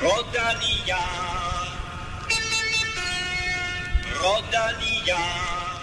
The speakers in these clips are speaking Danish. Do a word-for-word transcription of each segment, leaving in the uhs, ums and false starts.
Rodalia, Rodalia.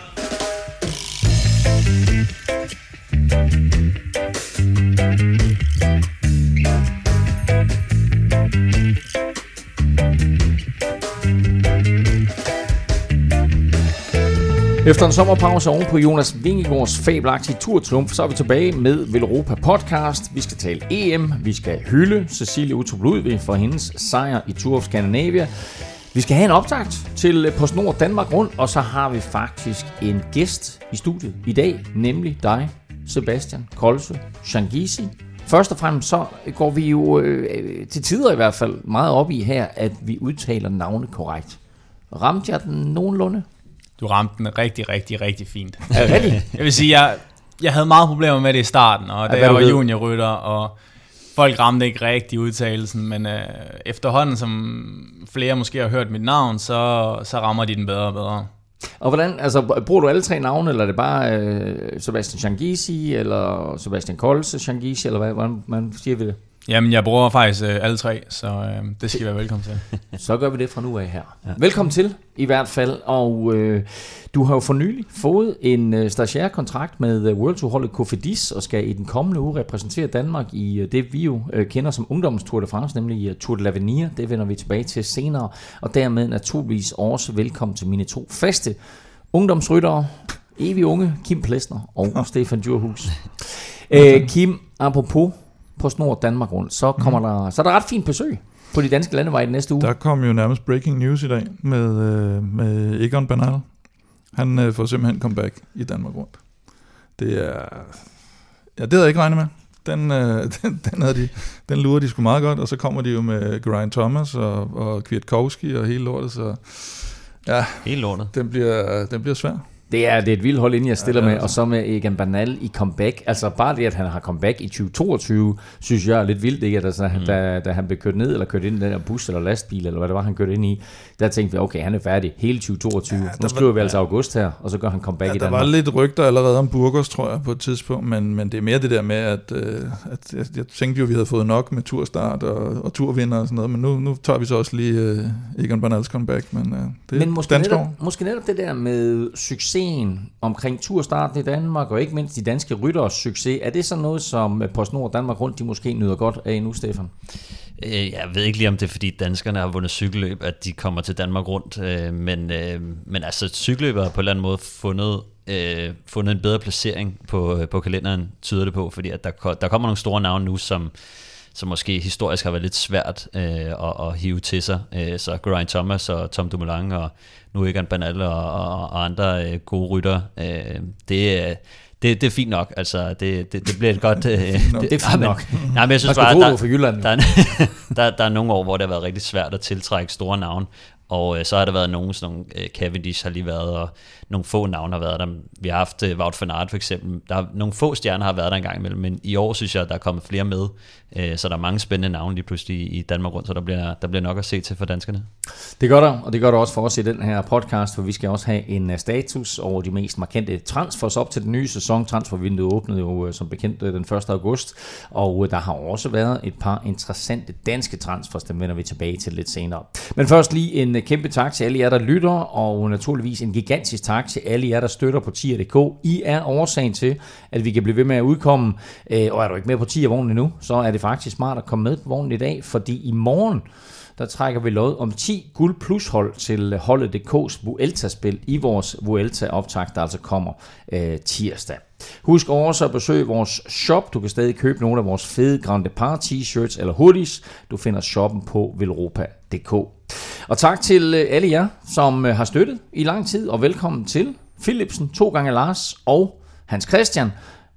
Efter en sommerpause oven på Jonas Vingegaards fabelagtige turtriumf, så er vi tilbage med Velropa Podcast. Vi skal tale E M, vi skal hylde Cecilie Uttrup Ludvig for hendes sejr i Tour of Scandinavia. Vi skal have en optakt til PostNord Danmark Rundt, og så har vi faktisk en gæst i studiet i dag, nemlig dig, Sebastian Kolse Changizi. Først og fremmest så går vi jo øh, til tider i hvert fald meget op i her, at vi udtaler navne korrekt. Ramte jeg den nogenlunde? Du ramte den rigtig, rigtig, rigtig fint. Er det rigtigt? Jeg vil sige, jeg, jeg havde meget problemer med det i starten, og da ja, jeg var juniorrytter, og folk ramte ikke rigtig udtalelsen, men øh, efterhånden, som flere måske har hørt mit navn, så, så rammer de den bedre og bedre. Og hvordan, altså bruger du alle tre navne, eller er det bare øh, Sebastian Changizi, eller Sebastian Kolse Changizi, eller hvad, hvordan man siger vi det? Jamen, jeg bruger faktisk øh, alle tre, så øh, det skal I være velkommen til. Så gør vi det fra nu af her. Ja. Velkommen til, i hvert fald. Og øh, du har jo for nylig fået en øh, stagiær kontrakt med øh, World Tour-holdet Cofidis, og skal i den kommende uge repræsentere Danmark i øh, det, vi jo øh, kender som ungdommens Tour de France, nemlig uh, Tour de l'Avenir. Det vender vi tilbage til senere. Og dermed naturligvis også velkommen til mine to faste ungdomsryttere, evig unge, Kim Plesner og Stefan Djurhus. øh, Kim, apropos PostNord Danmark Rundt, så kommer mm. der så er der ret fint besøg på de danske landeveje den næste uge. Der kom jo nærmest breaking news i dag med, øh, med Egon Bernal. Han øh, får simpelthen comeback i Danmark Rundt. Det er... Ja, det havde jeg ikke regnet med. Den, øh, den, den, havde de, den lurer de sgu meget godt, og så kommer de jo med Geraint Thomas og, og Kwiatkowski og hele lortet, så ja, hele lortet. Den bliver, den bliver svær. Det er, det er et vildt hold, inden jeg stiller ja, med, og så med Egan Bernal i comeback. Altså bare det, at han har comeback i tyve toogtyve, synes jeg er lidt vildt, ikke? At altså, mm. da, da han blev kørt ned, eller kørt ind i den der bus eller lastbil, eller hvad det var, han kørte ind i, der tænkte vi, okay, han er færdig hele tyve toogtyve. Ja, nu skriver var, vi altså august her, og så gør han comeback ja, i Danmark. Der var lidt rygter allerede om Burgos, tror jeg, på et tidspunkt, men, men det er mere det der med, at, øh, at jeg, jeg tænkte jo, vi havde fået nok med turstart og, og turvinder og sådan noget, men nu, nu tager vi så også lige øh, Egan Bernals comeback, men øh, det men måske netop, måske netop det der med succesen omkring turstarten i Danmark, og ikke mindst de danske rytteres succes. Er det sådan noget, som PostNord Danmark Rundt, de måske nyder godt af nu, Stefan? Jeg ved ikke lige, om det er, fordi danskerne har vundet cykelløb, at de kommer til Danmark Rundt, men, men altså cykelløbet har på en eller anden måde fundet, fundet en bedre placering på, på kalenderen, tyder det på, fordi at der, der kommer nogle store navne nu, som som måske historisk har været lidt svært øh, at, at hive til sig. Øh, så Geraint Thomas og Tom Dumoulin og nu Egan Bernal og, og, og andre øh, gode rytter. Øh, det, det, det er fint nok. Altså, det, det, det bliver et godt... Øh, det, det er fint nok. Nej, men jeg synes bare, der, der, der, der er nogle år, hvor det har været rigtig svært at tiltrække store navne. Og øh, så har der været nogen, sådan nogle øh, Cavendish har lige været, og nogle få navne har været der. Vi har haft øh, Wout van Aert for eksempel. Der er nogle få stjerner har været der en gang imellem, men i år synes jeg, der er kommet flere med. Øh, så der er mange spændende navne lige pludselig i Danmark Rundt, så der bliver, der bliver nok at se til for danskerne. Det gør der, og det gør der også for os i den her podcast, for vi skal også have en status over de mest markante transfers op til den nye sæson. Transfervinduet åbnede jo som bekendt den første august, og der har også været et par interessante danske transfers, dem vender vi tilbage til lidt senere. Men først lige en kæmpe tak til alle jer, der lytter, og naturligvis en gigantisk tak til alle jer, der støtter på tier punktum d k. I er årsagen til, at vi kan blive ved med at udkomme, og er du ikke med på tier-vognen endnu, så er det faktisk smart at komme med på vognen i dag, fordi i morgen, der trækker vi lod om ti guld plus hold til holdet punktum d k's Vuelta-spil i vores Vuelta-optakt, der altså kommer øh, tirsdag. Husk også at besøge vores shop. Du kan stadig købe nogle af vores fede Grand Depart t-shirts eller hoodies. Du finder shoppen på velropa punktum d k. Og tak til alle jer, som har støttet i lang tid, og velkommen til Philipsen, to gange Lars og Hans Christian.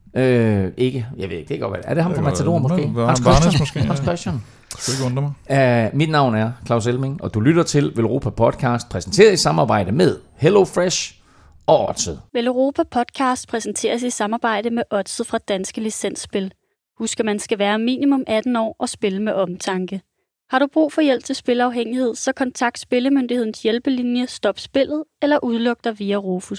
Øh, ikke, jeg ved ikke, det er godt, er det ham fra Matador måske? Hans Christian. Måske, Hans Christian. Det ikke undre mig. Uh, mit navn er Claus Elming, og du lytter til Velropa Podcast, præsenteret i samarbejde med HelloFresh og Odset. Velropa Podcast præsenteres i samarbejde med Odset fra Danske Licensspil. Husk, at man skal være minimum atten år og spille med omtanke. Har du brug for hjælp til spilafhængighed, så kontakt Spillemyndighedens hjælpelinje Stop Spillet eller udluk dig via Rufus.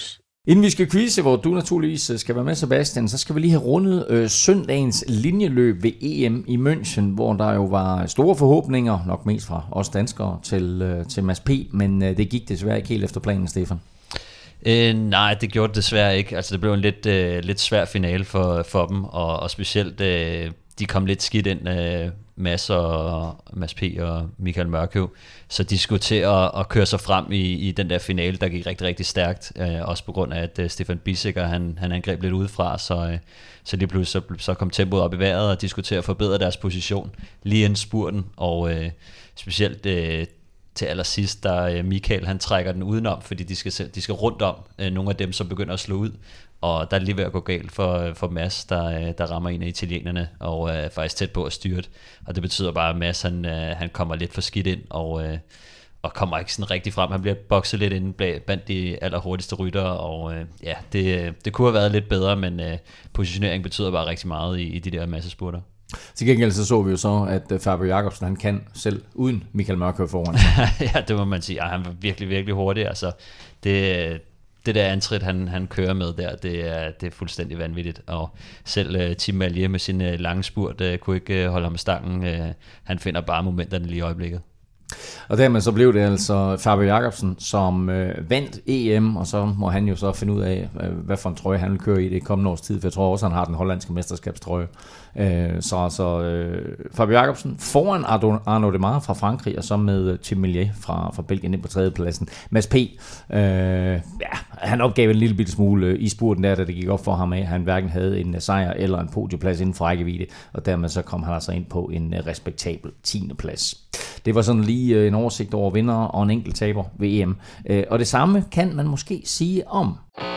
Inden vi skal quizze, hvor du naturligvis skal være med, Sebastian, så skal vi lige have rundet øh, søndagens linjeløb ved E M i München, hvor der jo var store forhåbninger, nok mest fra os danskere, til, øh, til Mads P., men øh, det gik desværre ikke helt efter planen, Stefan. Øh, nej, det gjorde det desværre ikke. Altså, det blev en lidt, øh, lidt svær finale for, for dem, og, og specielt øh, de kom lidt skidt ind, øh, Mads, og, Mads P. og Michael Mørkøv, så de skulle til at, at køre sig frem i, i den der finale, der gik rigtig, rigtig stærkt, øh, også på grund af, at øh, Stefan Bissiger, han, han angreb lidt udefra, så, øh, så lige pludselig så, så kom tempoet op i vejret, og de skulle til at forbedre deres position lige inden spurten, og øh, specielt øh, til allersidst, der Michael han trækker den udenom, fordi de skal, de skal rundt om øh, nogle af dem, som begynder at slå ud, og der er lige ved at gå galt for, for Mads, der, der rammer en af italienerne, og er øh, faktisk tæt på at styrt, og det betyder bare, at Mads han, øh, han kommer lidt for skidt ind, og, øh, og kommer ikke sådan rigtig frem, han bliver bokset lidt inde blandt de allerhurtigste ryttere, og øh, ja, det, det kunne have været lidt bedre, men øh, positionering betyder bare rigtig meget i, i de der massespurter. Til gengæld så så vi jo så, at Fabio Jakobsen, han kan selv uden Michael Mørkøv foran. Ja, det må man sige. Ja, han var virkelig, virkelig hurtig. Altså, det, det der antrit, han, han kører med der, det er, det er fuldstændig vanvittigt. Og selv uh, Tim Mallier med sin uh, lange spurt uh, kunne ikke uh, holde ham i stangen. Uh, han finder bare momenterne lige i øjeblikket. Og dermed så blev det altså Fabio Jakobsen, som øh, vandt E M, og så må han jo så finde ud af, øh, hvad for en trøje han vil køre i det kommende års tid, for jeg tror også, han har den hollandske mesterskabstrøje. Øh, så så øh, Fabio Jakobsen foran Arnaud Démare fra Frankrig, og så med Tim Mallier fra, fra Belgien ind på tredjepladsen. Mads P., øh, ja, han opgav en lille bitte smule i spurten der, da det gik op for ham af. Han hverken havde en sejr eller en podieplads inden for rækkevidde, og dermed så kom han altså ind på en respektabel tiende plads. Det var sådan lige en oversigt over vinder og en enkelt taber ved E M. Og det samme kan man måske sige om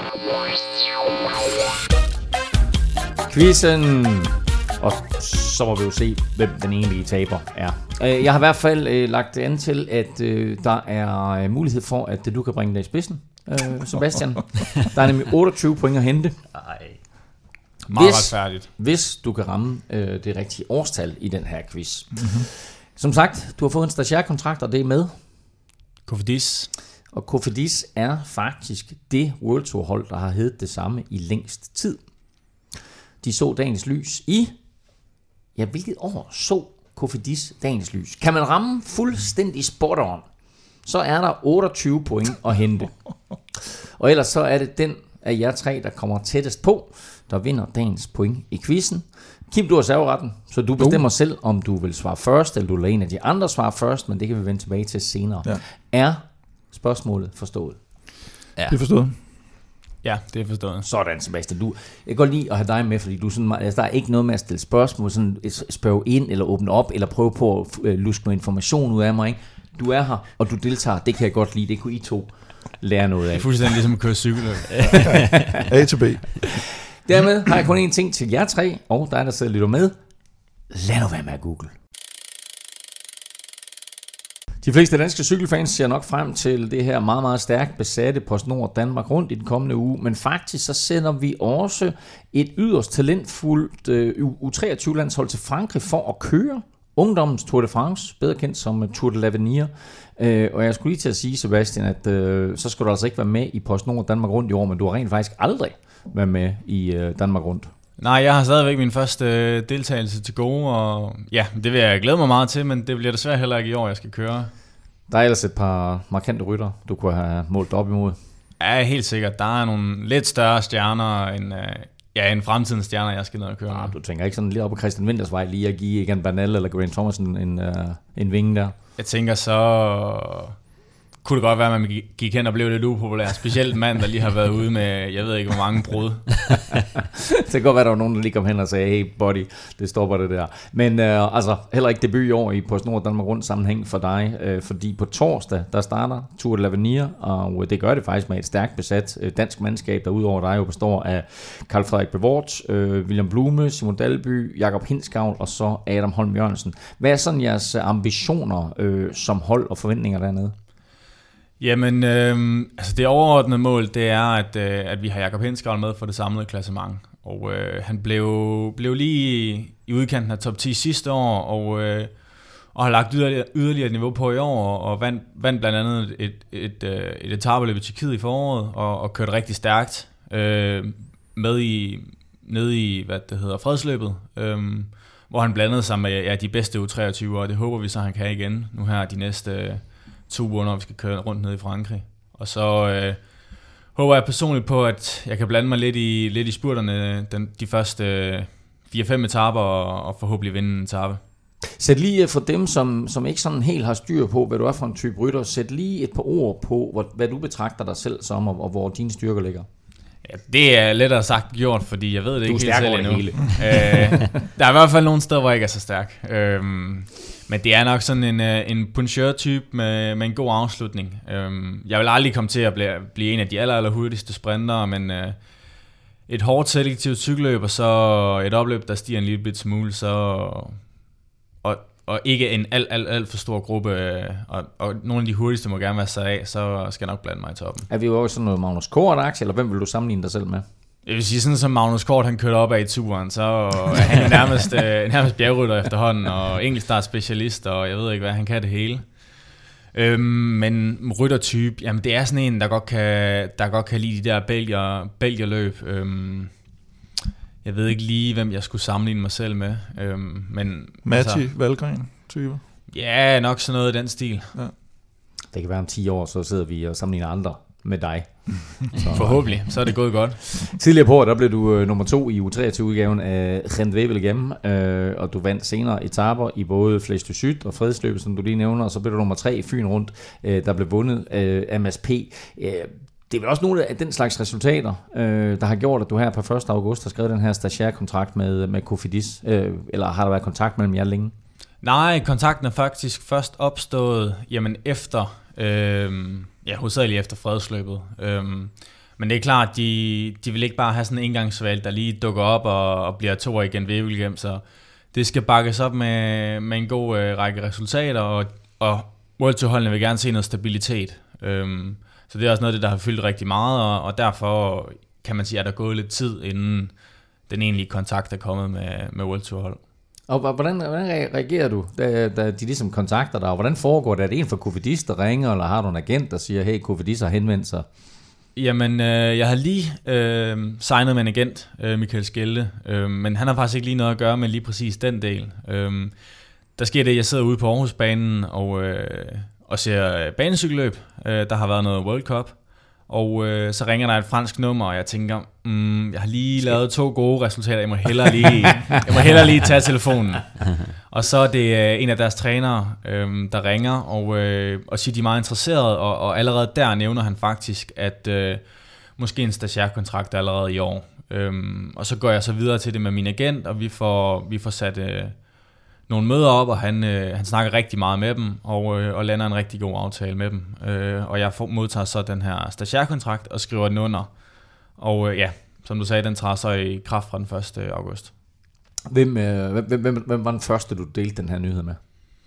quizzen. Og så må vi jo se, hvem den egentlige taber er. Jeg har i hvert fald lagt an til, at der er mulighed for, at du kan bringe dig i spidsen, Sebastian. Der er nemlig otteogtyve point at hente. Ej. Meget retfærdigt. Hvis du kan ramme det rigtige årstal i den her quiz. Mm-hmm. Som sagt, du har fået en stagiærkontrakt, og det er med Cofidis. Og Cofidis er faktisk det World Tour hold, der har heddet det samme i længst tid. De så dagens lys i... Ja, hvilket år så Cofidis dagens lys? Kan man ramme fuldstændig spot on, så er der otteogtyve point at hente. Og ellers så er det den af jer tre, der kommer tættest på, der vinder dagens point i quizzen. Kim, du har serveretten, så du bestemmer selv, om du vil svare først, eller du lader en af de andre svare først, men det kan vi vende tilbage til senere. Ja. Er spørgsmålet forstået? Ja. Det er forstået. Ja, det er forstået. Sådan, Sebastian. Du, jeg kan godt lide at have dig med, fordi du sådan, altså, der er ikke noget med at stille spørgsmål, sådan spørge ind, eller åbne op, eller prøve på at luske noget information ud af mig. Ikke? Du er her, og du deltager. Det kan jeg godt lide. Det kunne I to lære noget af. Det er fuldstændig ligesom at køre cykel. A til B. Dermed har jeg kun én ting til jer tre, og der er der sidder lidt med. Lad nu være med at google. De fleste danske cykelfans ser nok frem til det her meget, meget stærkt besatte PostNord Danmark rundt i den kommende uge, men faktisk så sender vi også et yderst talentfuldt uh, U treogtyve-landshold til Frankrig for at køre ungdommens Tour de France, bedre kendt som Tour de l'Avenir. Uh, og jeg skulle lige til at sige, Sebastian, at uh, så skal du altså ikke være med i PostNord Danmark rundt i år, men du har rent faktisk aldrig været med i uh, Danmark rundt. Nej, jeg har stadigvæk min første deltagelse til gode, og ja, det vil jeg glæde mig meget til, men det bliver desværre heller ikke i år, jeg skal køre. Der er ellers et par markante rytter, du kunne have målt op imod. Ja, helt sikkert. Der er nogle lidt større stjerner end, ja, end fremtidens stjerner, jeg skal ned og køre med. Ah, du tænker ikke sådan lidt op på Christian Winters vej lige at give Egan Bernal eller Geraint Thomas en, en, en vinge der? Jeg tænker så... kunne det godt være, at man gik hen og blev lidt upopulær. Specielt en mand, der lige har været ude med, jeg ved ikke, hvor mange brud. Det kan godt være, at der var nogen, der lige kom hen og sagde, hey buddy, det stopper det der. Men øh, altså, heller ikke debut i år i PostNord Danmark rundt sammenhæng for dig, øh, fordi på torsdag, der starter Tour de l'Avenir, og det gør det faktisk med et stærkt besat øh, dansk mandskab, der udover dig jo består af Carl Frederik Bevort, øh, William Blume, Simon Dalby, Jakob Hindsgavl og så Adam Holm Jørgensen. Hvad er sådan jeres ambitioner øh, som hold og forventninger dernede? Jamen, øh, altså det overordnede mål, det er, at, øh, at vi har Jakob Hindsgavl med for det samlede klassement. Og øh, han blev, blev lige i udkanten af top ti sidste år, og, øh, og har lagt yderligere, yderligere niveau på i år, og vandt, vandt blandt andet et, et, et, et etapeløb i Tjekkiet i foråret, og, og kørte rigtig stærkt øh, med i, nede i, hvad det hedder, fredsløbet, øh, hvor han blandede sig med ja, de bedste U treogtyve, og det håber vi så, han kan igen nu her de næste øh, to uger, når vi skal køre rundt ned i Frankrig. Og så øh, håber jeg personligt på, at jeg kan blande mig lidt i, lidt i spurterne den, de første øh, fire fem etaper, og, og forhåbentlig vinde en etape. Sæt lige for dem, som, som ikke sådan helt har styr på, hvad du er for en type rytter, sæt lige et par ord på, hvad, hvad du betragter dig selv som, og, og hvor dine styrker ligger. Ja, det er lettere sagt gjort, fordi jeg ved det du ikke helt selv endnu. Hele. øh, der er i hvert fald nogle steder, hvor jeg ikke er så stærk. Øh, men det er nok sådan en, en puncheur-type med, med en god afslutning. Øh, jeg vil aldrig komme til at blive, blive en af de aller, aller hurtigste sprintere, men øh, et hårdt selektivt cykelløb, og så et opløb, der stiger en lille bit smule, så... Og, og ikke en alt, alt, alt for stor gruppe, og, og nogle af de hurtigste må gerne være sat af, så skal jeg nok blande mig i toppen. Er vi jo også sådan noget Magnus Kort-aktie, eller hvem vil du sammenligne dig selv med? Jeg vil sige, sådan som Magnus Kort, han kørte op af i turen, så er han nærmest, nærmest bjergrytter efterhånden, og enkeltstart specialist, og jeg ved ikke hvad, han kan det hele. Øhm, men ryttertype, jamen det er sådan en, der godt kan, der godt kan lide de der belgier, belgierløb. Øhm, Jeg ved ikke lige, hvem jeg skulle sammenligne mig selv med. Øhm, men Matti altså, Valgren typer. Ja, nok sådan noget i den stil. Ja. Det kan være om ti år, så sidder vi og sammenligner andre med dig. Så, forhåbentlig, så er det gået godt. Tidligere på år, der blev du øh, nummer to i U treogtyve-udgaven af Gent-Wevelgem, øh, og du vandt senere etaper i både Flèche du Sud og Fredsløbet, som du lige nævner, og så blev du nummer tre i Fyn rundt, øh, der blev vundet øh, af M S P. Øh, Det er vel også nogle af den slags resultater, øh, der har gjort, at du her på første august har skrevet den her stagiaire-kontrakt med, med Cofidis. Øh, eller har der været kontakt mellem jer længe? Nej, kontakten er faktisk først opstået jamen efter, øh, ja, hovedsageligt efter fredsløbet. Øh, men det er klart, de, de vil ikke bare have sådan en engangsvalg, der lige dukker op og, og bliver to år igen Wevelgem, så det skal bakkes op med, med en god øh, række resultater, og, og World Tour-holdene vil gerne se noget stabilitet. Øh, Så det er også noget af det, der har fyldt rigtig meget, og, og derfor kan man sige, at der er gået lidt tid, inden den egentlige kontakt er kommet med, med World Tour hold. Og hvordan, hvordan reagerer du, da, da de ligesom kontakter dig, og hvordan foregår det? Er det en fra Cofidis, der ringer, eller har du en agent, der siger, hey, Cofidis har henvendt sig? Jamen, øh, jeg har lige øh, signet med en agent, øh, Michael Skelde, øh, men han har faktisk ikke lige noget at gøre med lige præcis den del. Øh, der sker det, at jeg sidder ude på Aarhusbanen, og... Øh, og ser banecykelløb. Der har været noget World Cup, og øh, så ringer der et fransk nummer, og jeg tænker, mm, jeg har lige lavet to gode resultater, jeg må hellere lige, jeg må hellere lige tage telefonen. Og så er det øh, en af deres trænere, øh, der ringer, og, øh, og siger, de er meget interesserede, og, og allerede der nævner han faktisk, at øh, måske en stagiaire-kontrakt allerede i år. Øh, og så går jeg så videre til det med min agent, og vi får, vi får sat... Øh, nogle møder op, og han, øh, han snakker rigtig meget med dem, og, øh, og lander en rigtig god aftale med dem. Øh, og jeg får, modtager så den her stagiaire-kontrakt og skriver den under. Og øh, ja, som du sagde, den træder så i kraft fra den første august. Hvem, øh, hvem, hvem, hvem var den første, du delte den her nyhed med?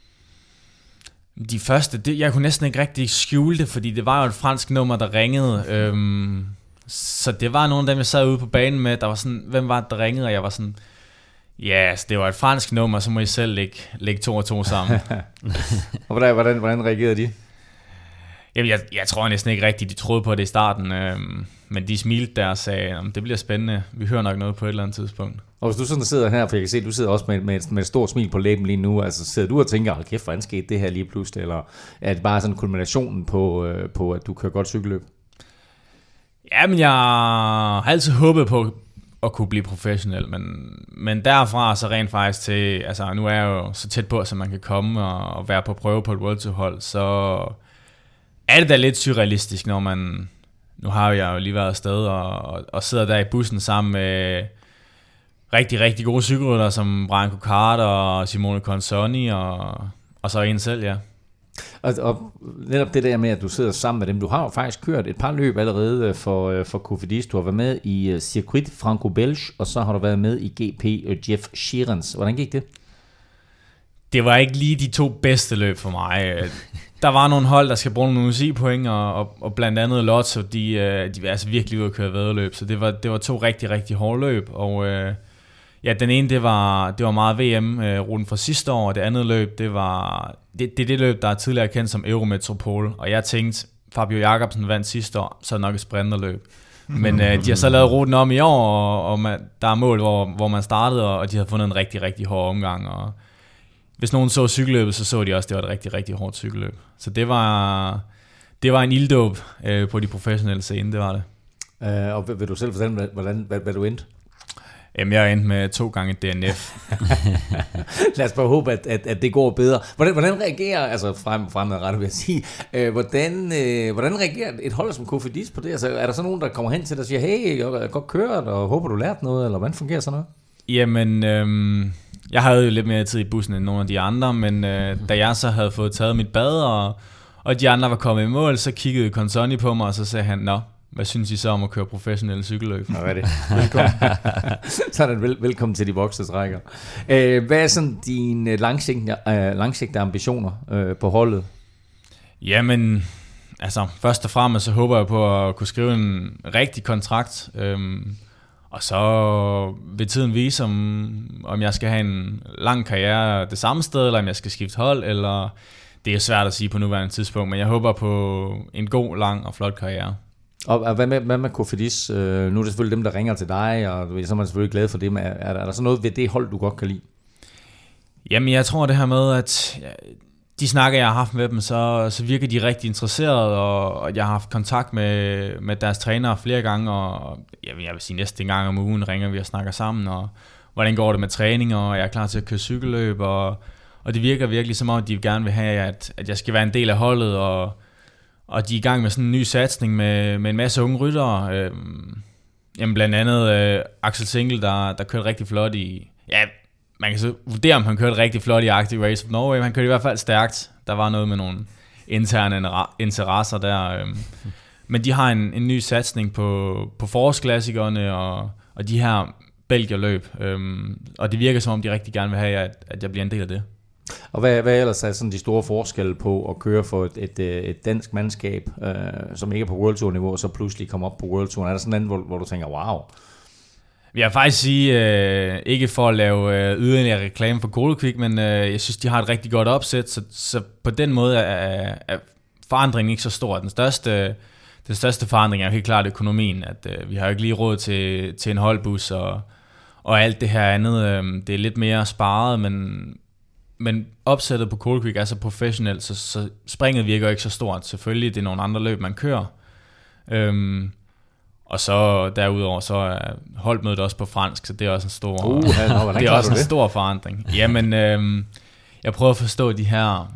De første, det, jeg kunne næsten ikke rigtig skjule det, fordi det var jo et fransk nummer, der ringede. Øhm, så det var nogle af dem, jeg sad ude på banen med, der var sådan, hvem var det, der ringede, og jeg var sådan... Ja, yes, det var et fransk nummer, så må I selv lægge, lægge to og to sammen. Og hvordan, hvordan, hvordan reagerede de? Jamen, jeg, jeg tror næsten ikke rigtigt, de troede på det i starten, øhm, men de smilte der og sagde, at det bliver spændende, vi hører nok noget på et eller andet tidspunkt. Og hvis du sådan sidder her, for jeg kan se, at du sidder også med, med, et, med et stort smil på læben lige nu, altså sidder du og tænker, hold kæft, hvordan skete det her lige pludselig, eller er det bare sådan kulminationen på, øh, på at du kører godt cykelløb? Jamen, jeg har altid håbet på at kunne blive professionel, men, men derfra så rent faktisk til, altså nu er jeg jo så tæt på, som man kan komme og, og være på prøve på et World Tour hold, så er det da lidt surrealistisk, når man, nu har jeg jo lige været afsted og, og, og sidder der i bussen sammen med rigtig, rigtig gode cykelryttere som Brian Coquard og Simone Consonni og, og så en selv, ja. Og, og netop det der med, at du sidder sammen med dem, du har jo faktisk kørt et par løb allerede for, for Cofidis. Du har været med i Circuit Franco-Belge, og så har du været med i G P Jeff Sheerans. Hvordan gik det? Det var ikke lige de to bedste løb for mig. Der var nogle hold, der skal bruge nogle U C I-point, og, og, og blandt andet Lotto, de, de var altså virkelig ude at køre væddeløb, så det var, det var to rigtig, rigtig hårde løb, og øh, Ja, den ene, det var, det var meget V M-ruten fra sidste år, og det andet løb, det var det, det, det løb, der er tidligere kendt som Eurometropol, og jeg tænkte, Fabio Jakobsen vandt sidste år, så er det nok et sprinterløb. Men øh, de har så lavet ruten om i år, og, og man, der er mål, hvor, hvor man startede, og de har fundet en rigtig, rigtig hård omgang, og hvis nogen så cykelløbet, så så de også, at det var et rigtig, rigtig hårdt cykelløb. Så det var, det var en ilddåb øh, på de professionelle scene, det var det. Uh, og vil, vil du selv fortælle, hvordan, hvad, hvad du endte? Jamen, jeg er endt med to gange D N F. Lad os bare håbe, at, at, at det går bedre. Hvordan, hvordan reagerer, altså frem, fremadrettet vil jeg sige, øh, hvordan, øh, hvordan reagerer et hold som Cofidis på det? Altså, er der så nogen, der kommer hen til dig og siger, hey, jeg kan godt køre, og håber du lært noget, eller hvordan fungerer sådan noget? Jamen, øhm, jeg havde jo lidt mere tid i bussen end nogle af de andre, men øh, da jeg så havde fået taget mit bad, og, og de andre var kommet i mål, så kiggede Consonni på mig, og så sagde han, nå, hvad synes I så om at køre professionelle cykelløb? Nå, hvad er det? Velkommen. Så er det vel, velkommen til de voksne rækker. Øh, hvad er sådan dine langsigtede, øh, langsigtede ambitioner øh, på holdet? Jamen, altså først og fremmest så håber jeg på at kunne skrive en rigtig kontrakt, øhm, og så vil tiden vise, om, om jeg skal have en lang karriere det samme sted, eller om jeg skal skifte hold, eller det er svært at sige på nuværende tidspunkt, men jeg håber på en god, lang og flot karriere. Og hvad med, hvad med Cofidis? Øh, nu er det selvfølgelig dem, der ringer til dig, og så er man selvfølgelig glad for det. Men er, er der så noget ved det hold, du godt kan lide? Jamen, jeg tror det her med, at de snakker, jeg har haft med dem, så, så virker de rigtig interesserede, og, og jeg har haft kontakt med, med deres trænere flere gange, og jeg vil, jeg vil sige næsten en gang om ugen ringer vi og snakker sammen, og hvordan går det med træning, og jeg er klar til at køre cykelløb, og, og det virker virkelig som om, de gerne vil have, at, at jeg skal være en del af holdet, og Og de er i gang med sådan en ny satsning med, med en masse unge ryttere. Øh, jamen blandt andet øh, Axel Single, der, der kørte rigtig flot i... Ja, man kan så vurdere, om han kørte rigtig flot i Arctic Race of Norway, men han kørte i hvert fald stærkt. Der var noget med nogle interne interesser der. Øh. Men de har en, en ny satsning på, på forårsklassikerne og, og de her Belgierløb. Øh, og det virker som om, de rigtig gerne vil have, at, at jeg bliver en del af det. Og hvad, hvad ellers er sådan de store forskelle på at køre for et, et, et dansk mandskab, øh, som ikke er på World Tour niveau, og så pludselig komme op på World Tour? Er der sådan en, hvor, hvor du tænker, wow? Jeg vil faktisk sige, øh, ikke for at lave øh, yderligere reklame for Goldquick, men øh, jeg synes, de har et rigtig godt opsæt, så, så på den måde er, er forandringen ikke så stor. Den største, den største forandring er jo helt klart økonomien, at øh, vi har jo ikke lige råd til, til en holdbus og, og alt det her andet. Øh, det er lidt mere sparet, men... Men opsættet på Cold Creek er så professionelt, så, så springet virker ikke så stort. Selvfølgelig, det er nogle andre løb, man kører. Øhm, og så derudover, så er holdmødet også på fransk, så det er også en stor, uh, no, det er også en det? stor forandring. Jamen, øhm, jeg prøver at forstå de her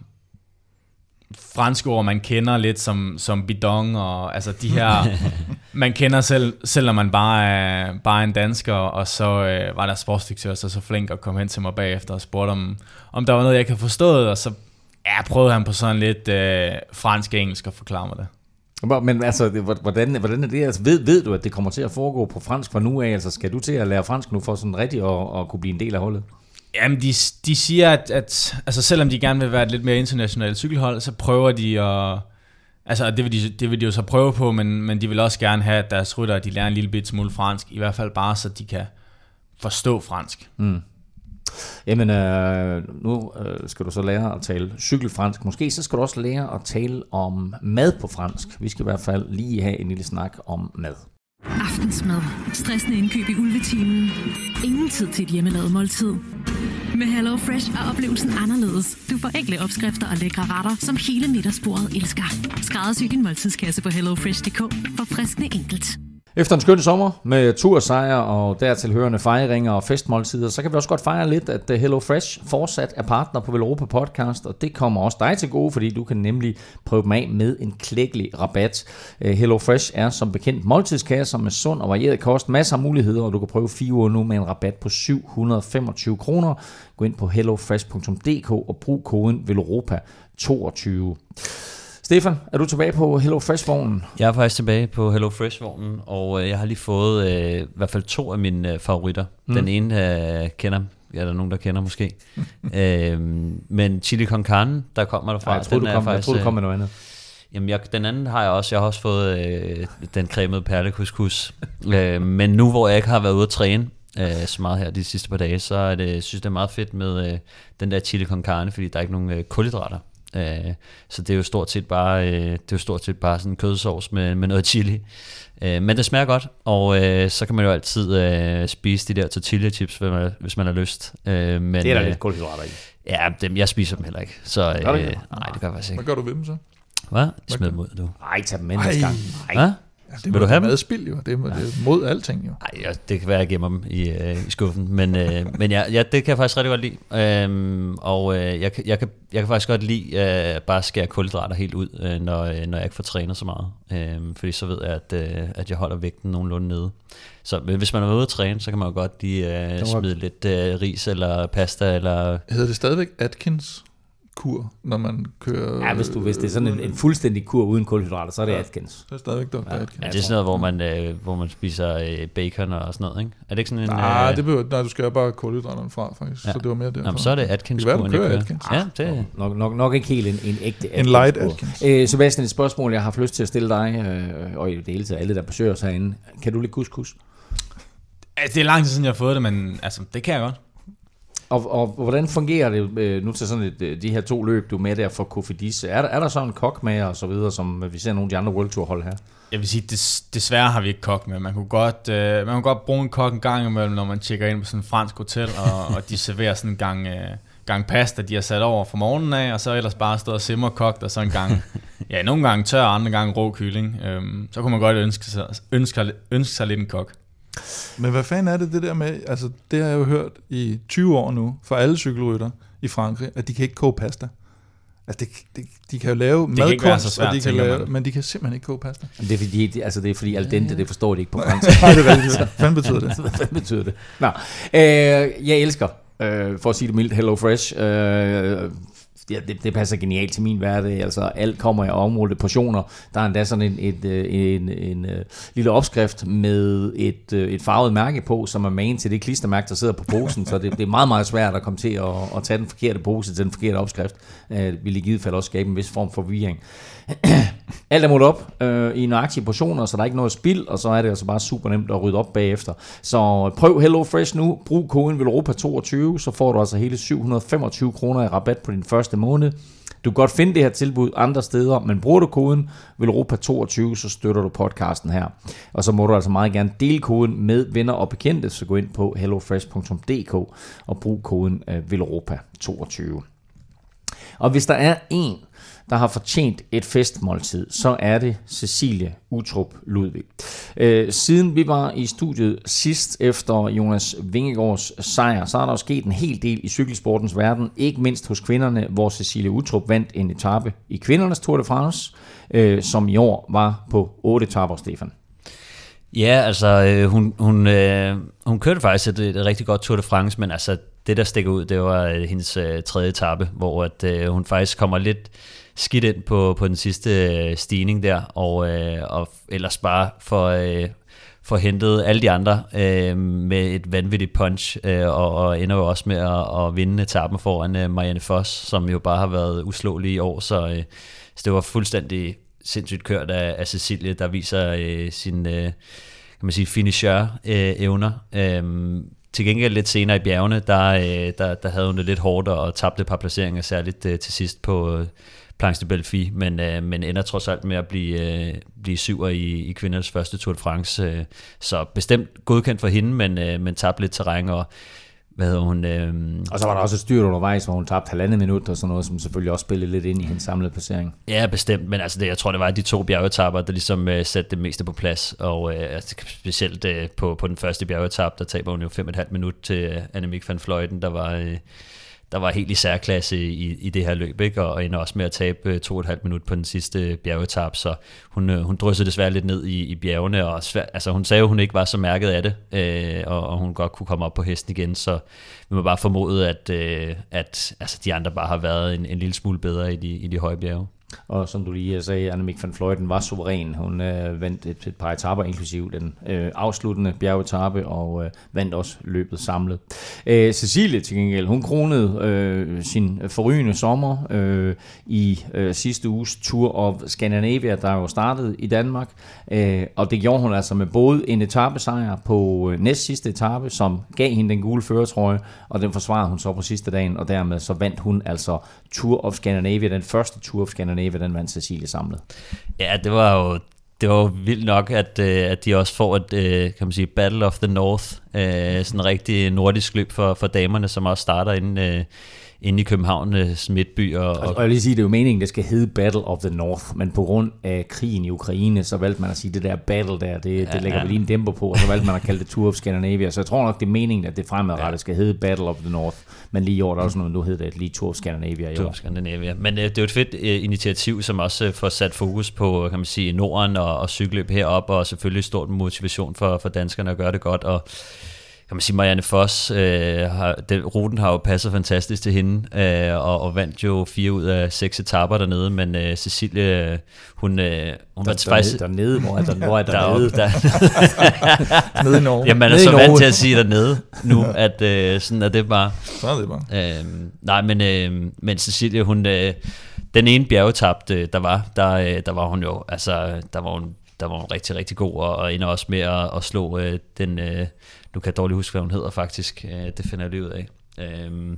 franske ord, man kender lidt som, som bidon, og altså de her, man kender selv, selv når man bare er, bare er en dansker, og så øh, var der sportsdirektør så så flink at komme hen til mig bagefter og spurgte, om, om der var noget, jeg kan forstå, og så ja, prøvede han på sådan lidt øh, fransk-engelsk at forklare mig det. Men altså, hvordan, hvordan er det? Altså, ved, ved du, at det kommer til at foregå på fransk fra nu af? Altså, skal du til at lære fransk nu for sådan rigtigt at, at kunne blive en del af holdet? Jamen, de, de siger, at, at altså, selvom de gerne vil være et lidt mere internationalt cykelhold, så prøver de at... Altså, det vil de, det vil de jo så prøve på, men, men de vil også gerne have, at deres ryttere, de lærer en lille bit smule fransk, i hvert fald bare, så de kan forstå fransk. Mm. Jamen, øh, nu øh, skal du så lære at tale cykelfransk. Måske så skal du også lære at tale om mad på fransk. Vi skal i hvert fald lige have en lille snak om mad. Aftensmad. Stressende indkøb i ulvetimen. Ingen tid til et hjemmelavet måltid. Med Hello Fresh er oplevelsen anderledes. Du får enkle opskrifter og lækre retter, som hele middagsbordet elsker. Skræddersy din måltidskasse på hello fresh punktum d k for friskende enkelt. Efter en skøn sommer med tursejr og dertilhørende fejringer og festmåltider, så kan vi også godt fejre lidt, at Hello Fresh fortsat er partner på Velropa Podcast, og det kommer også dig til gode, fordi du kan nemlig prøve dem af med en klækkelig rabat. Hello Fresh er som bekendt måltidskasser med sund og varieret kost, masser af muligheder, og du kan prøve fire uger nu med en rabat på syv hundrede og femogtyve kroner. Gå ind på hello fresh punktum d k og brug koden Velropa toogtyve. Stefan, er du tilbage på Hello Fresh-vognen? Jeg er faktisk tilbage på Hello Fresh-vognen, og jeg har lige fået øh, i hvert fald to af mine øh, favoritter. Mm. Den ene øh, kender, er der nogen, der kender måske. øh, men chili con carne, der kommer derfra. Ej, jeg troede, du kom, faktisk, jeg troede, du kom med noget andet. Jamen, jeg, den anden har jeg også. Jeg har også fået øh, den cremede perlecouscous. øh, men nu, hvor jeg ikke har været ude at træne, øh, så meget her de sidste par dage, så er det, synes det er meget fedt med øh, den der chili con carne, fordi der er ikke nogen øh, kulhydrater. Øh, så det er jo stort set bare, øh, det er jo stort set bare sådan en kødsovs med, med noget chili. Øh, men det smager godt, og øh, så kan man jo altid øh, spise de der tortilla chips, hvis man, hvis man har lyst. Øh, men, det er der øh, lidt kulhydrater i. Ja, dem, jeg spiser dem heller ikke. Så øh, nej, det gør jeg faktisk ikke. Hvad gør du ved dem så? Hvad? Smid dem ud, du. Ej, tag dem med næste gang. Hvad? Ja, det vil du have dem? Madspild jo, det er, det er mod alting jo. Nej, ja, det kan være, at jeg gemmer dem i, øh, i skuffen, men, øh, men ja, ja, det kan jeg faktisk rigtig godt lide. Øhm, og øh, jeg, jeg, kan, jeg kan faktisk godt lide øh, bare at skære kulhydrater helt ud, øh, når, når jeg ikke får trænet så meget. Øh, fordi så ved jeg, at, øh, at jeg holder vægten nogenlunde nede. Så hvis man er ude at træne, så kan man jo godt lige øh, smide lidt øh, ris eller pasta. Eller hedder det stadigvæk Atkins? Kur, når man kører... Ja, hvis, du, hvis det er sådan en, en fuldstændig kur uden kulhydrater, så er det ja, Atkins. Det er stadigvæk doktor ja. Atkins. Ja, det er sådan noget, hvor man, øh, hvor man spiser øh, bacon og sådan noget, ikke? Er det ikke sådan en... Nej, øh... det behøver, nej, du skal bare kulhydraterne fra, faktisk. Ja. Så det var mere derfor. Jamen, så er det Atkins. Det kan være, du kører Atkins. Ja, det nok, nok, nok ikke helt en, en ægte Atkins. En light Atkins. Øh, Sebastian, et spørgsmål, jeg har haft lyst til at stille dig, øh, og i det hele taget alle, der besøger os herinde. Kan du lide couscous? Altså, det er lang tid siden, jeg har fået det, men altså, det kan jeg godt. Og, og hvordan fungerer det øh, nu til sådan et, de her to løb, du er med der for Cofidis? Er der, er der så en kok med og så videre, som vi ser nogle af de andre World Tour hold her? Jeg vil sige, des, desværre har vi ikke kok med. Man kunne godt, øh, man kunne godt bruge en kok en gang imellem, når man tjekker ind på sådan en fransk hotel, og, og de serverer sådan en gang, øh, gang pasta, de har sat over fra morgenen af, og så ellers bare stået og simmer kogt, og så en gang, ja, nogle gange tør, andre gange rå kylling. Øhm, så kunne man godt ønske sig, ønske, ønske sig lidt en kok. Men hvad fanden er det det der med, altså det har jeg jo hørt i tyve år nu, fra alle cykelrytter i Frankrig, at de kan ikke koge pasta. Altså det, de, de kan jo lave det madkunst, svært, og de kan lave, men de kan simpelthen ikke koge pasta. Det er fordi, de, altså det er fordi al dente, det forstår de ikke på fransk. Nej, det er rigtigt. Hvad fanden betyder det? Hvad betyder det? Nå, øh, jeg elsker, øh, for at sige det mildt, Hello Fresh. Øh, Ja, det, det passer genialt til min hverdag. Altså, alt kommer i områdede portioner. Der er endda sådan en, et, en, en, en lille opskrift med et, et farvet mærke på, som er magen til det klistermærke, der sidder på posen. Så det, det er meget, meget svært at komme til at, at tage den forkerte pose til den forkerte opskrift. Det vil i givet fald også skabe en vis form for forvirring. Alt er målt op øh, i nøjagtige portioner, så der er ikke noget spild, og så er det altså bare super nemt at rydde op bagefter. Så prøv Hello Fresh nu, brug koden Velropa toogtyve, så får du altså hele syv hundrede og femogtyve kroner i rabat på din første måned. Du kan godt finde det her tilbud andre steder, men bruger du koden Velropa toogtyve, så støtter du podcasten her. Og så må du altså meget gerne dele koden med venner og bekendte, så gå ind på hellofresh punktum d k og brug koden øh, Velropa toogtyve. Og hvis der er en, der har fortjent et festmåltid, så er det Cecilie Uttrup Ludvig. Øh, siden vi var i studiet sidst efter Jonas Vingegaards sejr, så er der jo sket en hel del i cykelsportens verden, ikke mindst hos kvinderne, hvor Cecilie Uttrup vandt en etape i kvindernes Tour de France, øh, som i år var på otte etaper, Stefan. Ja, altså øh, hun, hun, øh, hun kørte faktisk et, et rigtig godt Tour de France, men altså det der stikker ud, det var hendes øh, tredje etape, hvor at, øh, hun faktisk kommer lidt skidt ind på, på den sidste øh, stigning der, og, øh, og ellers bare for, øh, for hentet alle de andre øh, med et vanvittigt punch, øh, og, og ender jo også med at, at vinde etappen foran øh, Marianne Foss, som jo bare har været uslåelig i år, så, øh, så det var fuldstændig sindssygt kørt af, af Cecilie, der viser øh, sin øh, kan man sige, finisher-evner. Øh, Til gengæld lidt senere i bjergene, der, der, der havde hun det lidt hårdt og tabte et par placeringer, særligt til sidst på Planche de Belfi, men, men ender trods alt med at blive, blive syver i, i kvindernes første Tour de France. Så bestemt godkendt for hende, men, men tabte lidt terræn, og hvad hedder hun? Øh... Og så var der også et styrt undervejs, hvor hun tabte halvandet minut og sådan noget, som selvfølgelig også spillede lidt ind i hendes samlede placering. Ja, bestemt, men altså det, jeg tror, det var de to bjergetapper, der ligesom øh, satte det meste på plads, og øh, altså, specielt øh, på, på den første bjergetap, der taber hun jo fem og et halvt minut til øh, Annemiek van Vleuten, der var... Øh, der var helt i særklasse i, i det her løb, ikke? Og ender også med at tabe to og et halvt minut på den sidste bjergetap, så hun, hun dryssede desværre lidt ned i, i bjergene, og svær, altså hun sagde jo, hun ikke var så mærket af det, øh, og, og hun godt kunne komme op på hesten igen, så vi må bare formode, at, øh, at altså, de andre bare har været en, en lille smule bedre i de, i de høje bjerge. Og som du lige sagde, Annemiek van Vleuten var suveræn. Hun øh, vandt et, et par etaper, inklusive den øh, afsluttende bjergetape, og øh, vandt også løbet samlet. Øh, Cecilie til gengæld, hun kronede øh, sin forrygende sommer øh, i øh, sidste uges Tour of Scandinavia, der jo startede i Danmark. Øh, og det gjorde hun altså med både en etapesejr på øh, næst sidste etape, som gav hende den gule førertrøje, og den forsvarede hun så på sidste dagen, og dermed så vandt hun altså Tour of Scandinavia, den første Tour of Scandinavia, den vandt Cecilie samlet. Ja, det var jo det var jo vildt nok, at, at de også får et, kan man sige, Battle of the North, sådan en rigtig nordisk løb for, for damerne, som også starter inde, inde i Københavns midtby. Og, og, og jeg vil lige sige, det er jo meningen, det skal hedde Battle of the North, men på grund af krigen i Ukraine, så valgte man at sige, det der battle der, det, ja, det lægger ja. vi lige en dæmper på, og så valgte man at kalde det Tour of Scandinavia. Så jeg tror nok, det er meningen, at det fremadrettet ja. skal hedde Battle of the North, men lige i år der er også noget, nu hedder det lige Tour of Scandinavia i Tour år. of Scandinavia. Men øh, det er jo et fedt øh, initiativ, som også øh, får sat fokus på, kan man sige, Norden og, og cykelløb heroppe, og selvfølgelig stor motivation for, for danskerne at gøre det godt, og kan man sige, Marianne Foss, øh, har, den, ruten har jo passet fantastisk til hende, øh, og, og vandt jo fire ud af seks etaper dernede, men øh, Cecilie, hun, øh, hun var faktisk... Dernede, hvor er der, hvor er der deroppe, nede? Der, nede i Norge. Jamen, man er så vant til at sige dernede nu, at øh, sådan er det bare. Så er det bare. Øh, nej, men, øh, men Cecilie, hun, øh, den ene bjergetap, der var, der, øh, der var hun jo, altså, der var hun, der var hun rigtig, rigtig god, og, og ender også med at, at slå øh, den... Øh, nu kan jeg dårligt huske, hvad hun hedder faktisk. Det finder jeg lige ud af. Øhm.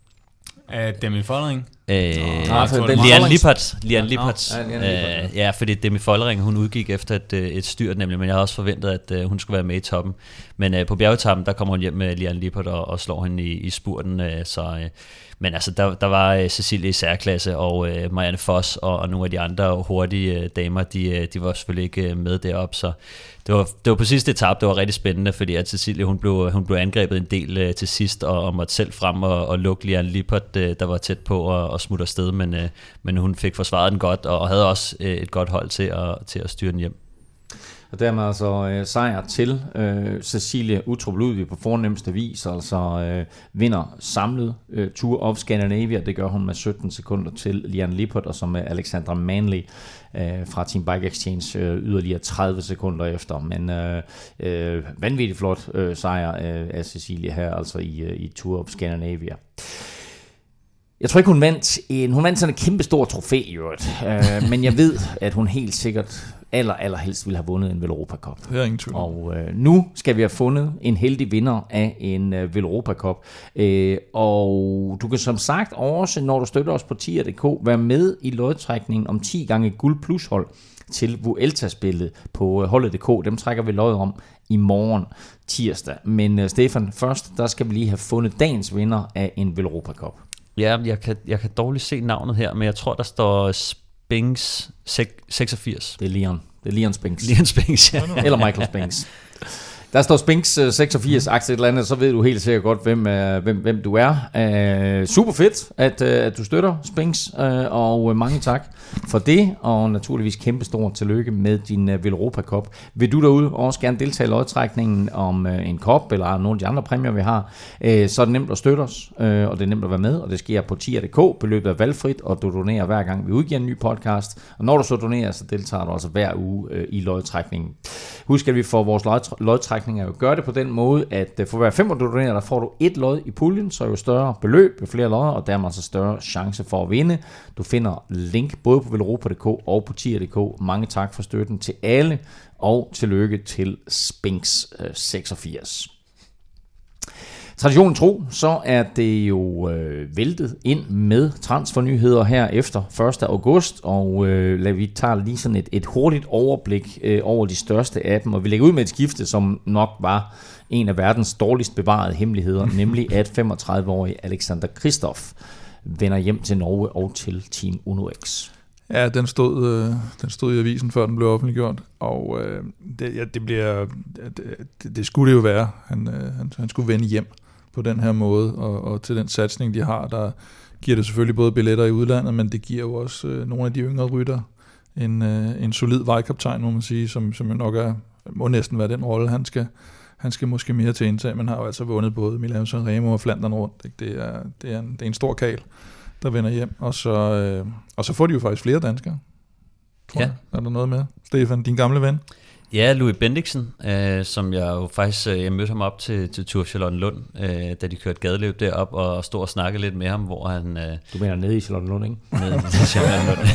Uh, Demi Follering? Øh, Liane Lippert. Liane Lippert. Øh, ja, fordi Demi Follering, hun udgik efter et, et styrt nemlig, men jeg havde også forventet, at uh, hun skulle være med i toppen. Men uh, på bjergetappen, der kommer hun hjem med Liane Lippert og, og slår hende i, i spurten. Uh, så, uh, men altså, der, der var uh, Cecilie i særklasse, og uh, Marianne Foss og, og nogle af de andre hurtige uh, damer, de, uh, de var selvfølgelig ikke uh, med deroppe, så det var, det var på sidste etape, det var rigtig spændende, fordi at Cecilie, hun blev, hun blev angrebet en del uh, til sidst, og, og måtte selv frem og, og lukke Liane Lippert, uh, der var tæt på og, og smutte afsted, men, uh, men hun fik forsvaret den godt, og havde også uh, et godt hold til at, til at styre den hjem. Og dermed altså øh, sejr til øh, Cecilie Uttrup Ludvig på fornemmeste vis, altså øh, vinder samlet øh, Tour of Scandinavia. Det gør hun med sytten sekunder til Liane Lippert, og så med Alexandra Manley øh, fra Team Bike Exchange øh, yderligere tredive sekunder efter. Men øh, øh, vanvittigt flot øh, sejr øh, af Cecilie her, altså i, øh, i Tour of Scandinavia. Jeg tror ikke, hun vandt en, hun vandt sådan en kæmpe stor trofæ i øvrigt, øh, men jeg ved, at hun helt sikkert aller, aller helst ville have vundet en Veloropa Cup. Det er ingen tvivl. Og øh, nu skal vi have fundet en heldig vinder af en øh, Veloropa Cup. Øh, og du kan som sagt også, når du støtter os på tier punktum d k, være med i lodtrækningen om ti gange guld plus hold til Vuelta-spillet på holdet punktum d k. Dem trækker vi lod om i morgen tirsdag. Men øh, Stefan, først der skal vi lige have fundet dagens vinder af en Veloropa Cup. Ja, jeg kan, jeg kan dårligt se navnet her, men jeg tror, der står Spinks seksogfirs. Det er Leon. Det er Leon Spinks. Leon Spinks, ja. Eller Michael Spinks. Der står Spinks seksogfirs, aktie et eller andet, så ved du helt sikkert godt, hvem, hvem, hvem du er. Uh, super fedt, at, uh, at du støtter Spinks, uh, og mange tak for det, og naturligvis kæmpe stor tillykke med din uh, Veloropa Cup. Vil du derude også gerne deltage i lodtrækningen om uh, en kop, eller nogle af de andre præmier, vi har, uh, så er det nemt at støtte os, uh, og det er nemt at være med, og det sker på tier punktum d k. Beløbet er valgfrit, og du donerer hver gang, vi udgiver en ny podcast, og når du så donerer, så deltager du også hver uge uh, i lodtrækningen. Husk, at vi får vores lodtrækning er jo gør det på den måde, at for hver fem, du donerer, der får du et lod i puljen, så jo større beløb, jo flere lodder, og dermed så større chance for at vinde. Du finder link både på veloropa punktum d k og på tier punktum d k. Mange tak for støtten til alle, og tillykke til Spinks seksogfirs. Traditionen tro, så er det jo øh, væltet ind med transfernyheder her efter første august, og øh, lad vi tage lige sådan et, et hurtigt overblik øh, over de største af dem, og vi lægger ud med et skifte, som nok var en af verdens dårligst bevarede hemmeligheder, nemlig at femogtredive-årige Alexander Kristoff vender hjem til Norge og til Team UnoX. Ja, den stod, øh, den stod i avisen, før den blev offentliggjort, og øh, det, ja, det, bliver, det, det skulle det jo være. Han, øh, han, han skulle vende hjem på den her måde, og, og til den satsning, de har, der giver det selvfølgelig både billetter i udlandet, men det giver jo også øh, nogle af de yngre rytter en, øh, en solid vejkaptajn, må man sige, som, som jo nok er, må næsten være den rolle, han skal, han skal måske mere til indtag, men har jo altså vundet både Milano Sanremo og Flandern rundt. Ikke? Det, er, det, er en, det er en stor kal, der vender hjem. Og så, øh, og så får de jo faktisk flere danskere. Tror ja. jeg. Er der noget med? Stefan, din gamle ven? Ja, Louis Bendiksen, øh, som jeg jo faktisk øh, jeg mødte ham op til, til Tour Charlottenlund, øh, da de kørte gadeløb derop og stod og snakkede lidt med ham, hvor han... Øh, du mener nede i Charlottenlund, ikke? Nede i Charlottenlund.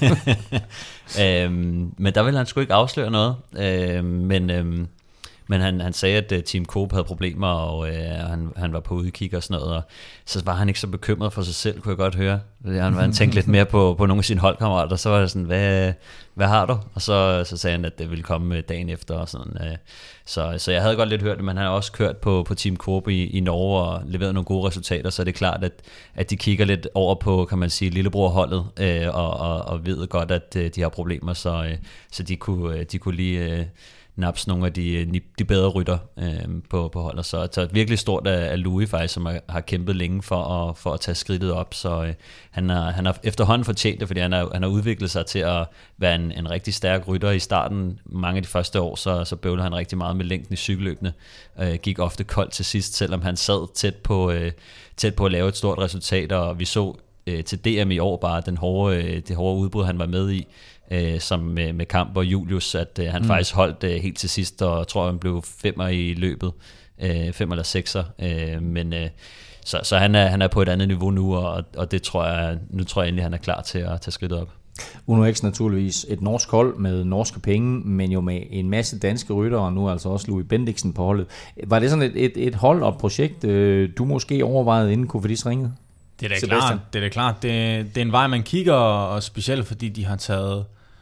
øhm, men der ville han sgu ikke afsløre noget, øh, men... Øh, Men han, han sagde, at uh, Team Coop havde problemer, og uh, han, han var på udkig og sådan noget, og så var han ikke så bekymret for sig selv, kunne jeg godt høre. Han, han tænkte lidt mere på, på nogle af sine holdkammerater, og så var det sådan, hvad, hvad har du? Og så, så sagde han, at det ville komme dagen efter. Og sådan, uh, så, så jeg havde godt lidt hørt det, men han har også kørt på, på Team Coop i, i Norge og leveret nogle gode resultater, så det er klart, at, at de kigger lidt over på, kan man sige, lillebrorholdet, uh, og, og, og ved godt, at uh, de har problemer, så, uh, så de, kunne, uh, de kunne lige... Uh, naps nogle af de, de bedre rytter øh, på, på holdet. Så, så virkelig stort af Louis faktisk, som har, har kæmpet længe for at, for at tage skridtet op. Så øh, han, har, han har efterhånden fortjent det, fordi han har, han har udviklet sig til at være en, en rigtig stærk rytter i starten. Mange af de første år, så, så bøvlede han rigtig meget med længden i cykelløbene. Øh, gik ofte koldt til sidst, selvom han sad tæt på, øh, tæt på at lave et stort resultat, og vi så øh, til D M i år bare den hårde, øh, det hårde udbrud, han var med i. Øh, som med, med Kamp og Julius, at øh, han mm. faktisk holdt øh, helt til sidst, og tror han blev femmer i løbet, øh, fem eller sekser, øh, men øh, så, så han, er, han er på et andet niveau nu, og, og det tror jeg, nu tror jeg endelig, han er klar til at tage skridtet op. Uno X naturligvis et norsk hold med norske penge, men jo med en masse danske ryttere, og nu altså også Louis Bendiksen på holdet. Var det sådan et, et, et hold og et projekt, øh, du måske overvejede, inden Kofidis ringede? Det er da klart, det er da klart. Det, det er en vej, man kigger, og specielt fordi de har taget...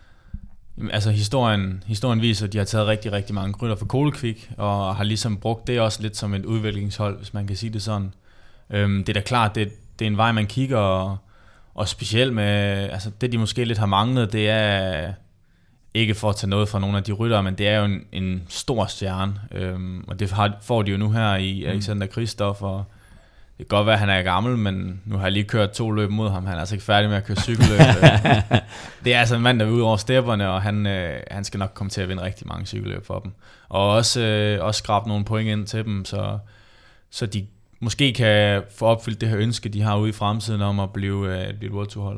Altså historien, historien viser, at de har taget rigtig, rigtig mange rytter fra Kohlqvik, og har ligesom brugt det også lidt som et udviklingshold, hvis man kan sige det sådan. Øhm, det er da klart, det, det er en vej, man kigger, og, og specielt med, altså det de måske lidt har manglet, det er ikke for at tage noget fra nogle af de ryttere, men det er jo en, en stor stjerne, øhm, og det har, får de jo nu her i Alexander Kristoff, og det kan godt være, at han er gammel, men nu har jeg lige kørt to løb mod ham. Han er altså ikke færdig med at køre cykelløb. Det er altså en mand, der er ude over stepperne, og han, øh, han skal nok komme til at vinde rigtig mange cykelløb for dem. Og også, øh, også skrabe nogle point ind til dem, så, så de måske kan få opfyldt det her ønske, de har ude i fremtiden om at blive, øh, blive et World Tour hold.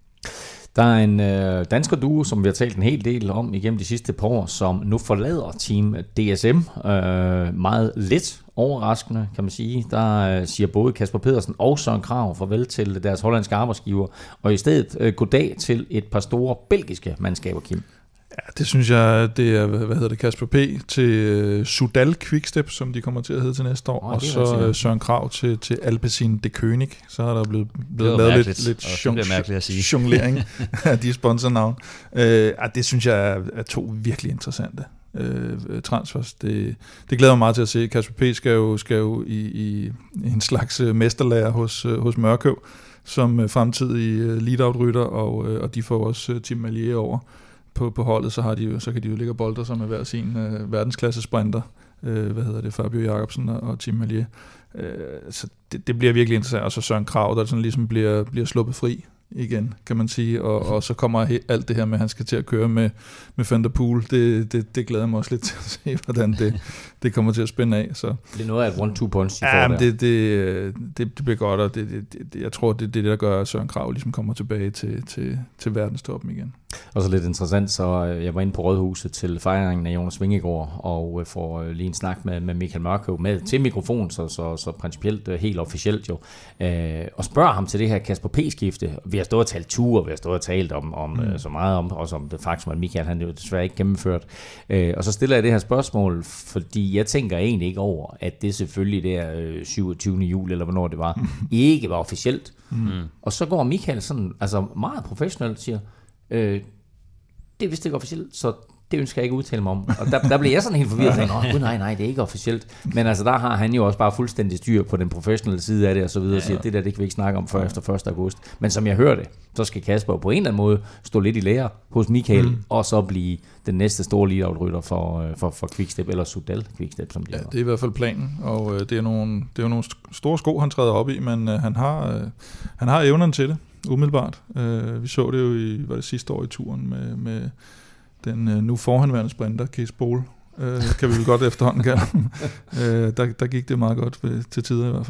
Der er en øh, dansker duo, som vi har talt en hel del om igennem de sidste par år, som nu forlader Team D S M. Øh, meget lidt overraskende, kan man sige. Der øh, siger både Kasper Pedersen og Søren Kragh farvel til deres hollandske arbejdsgiver, og i stedet øh, goddag til et par store belgiske mandskaber, Kim. Ja, det synes jeg, det er, hvad hedder det, Kasper P. til uh, Sudal Quickstep, som de kommer til at hedde til næste år, oh, og så uh, Søren Kragh til, til Alpecin de König. Så har der blevet, blevet lavet lidt, lidt jonglering af de sponsornavn. Uh, ja, det synes jeg er, er to virkelig interessante uh, transfers. Det, det glæder mig meget til at se. Kasper P. skal jo, skal jo i, i, i en slags mesterlærer hos, uh, hos Mørkøv, som uh, fremtidig uh, lead-out-rytter, og, uh, og de får også uh, Tim Malier over. På, på holdet, så, har de jo, så kan de jo ligge og bolde sig med hver sin øh, verdensklasse sprinter, øh, hvad hedder det, Fabio Jacobsen og, og Tim Malier. Øh, så det, det bliver virkelig interessant, og så Søren Kragh, der sådan ligesom bliver, bliver sluppet fri igen, kan man sige, og, og så kommer he, alt det her med, at han skal til at køre med, med Van der Poel, det, det, det glæder mig også lidt til at se, hvordan det, det kommer til at spænde af. Så. Det er noget af et one-two punch, de ja, får der. Det, det, det, det bliver godt, og det, det, det, jeg tror, det er det, der gør, at Søren Kragh ligesom kommer tilbage til, til, til verdenstoppen igen. Og så lidt interessant, så jeg var inde på Rådhuset til fejringen af Jonas Vingegaard, og får lige en snak med, med Michael Mørkøv med til mikrofon, så, så, så principielt, helt officielt jo, øh, og spørger ham til det her Kasper P-skifte. Vi har stået og talt ture, vi har stået og talt om, om mm. så meget om, også om det faktum, at Michael han jo desværre ikke gennemført. Øh, og så stiller jeg det her spørgsmål, fordi jeg tænker egentlig ikke over, at det selvfølgelig der øh, syvogtyvende juli, eller hvornår det var, mm. ikke var officielt. Mm. Og så går Michael sådan, altså meget professionelt siger, Øh, det er vist ikke officielt, så det ønsker jeg ikke udtale mig om. Og der, der blev jeg sådan helt forvirret og tænkte, oh, nej, nej, det er ikke officielt. Men altså, der har han jo også bare fuldstændig styr på den professionelle side af det, og så videre, og siger, det der, det kan vi ikke snakke om før efter første august. Men som jeg hørte, så skal Kasper på en eller anden måde stå lidt i lære hos Michael, mm. og så blive den næste store lead-out-rytter for, for, for Quickstep, eller Sudal Quickstep, som de ja, hedder. Det er i hvert fald planen, og øh, det, er nogle, det er jo nogle store sko, han træder op i, men øh, han, har, øh, han har evnen til det. Umiddelbart. Uh, vi så det jo i, var det sidste år i turen med, med den uh, nu forhenværende sprinter, Cees Bol, uh, kan vi vel godt efterhånden kalde. uh, der, der gik det meget godt ved, til tider i hvert fald.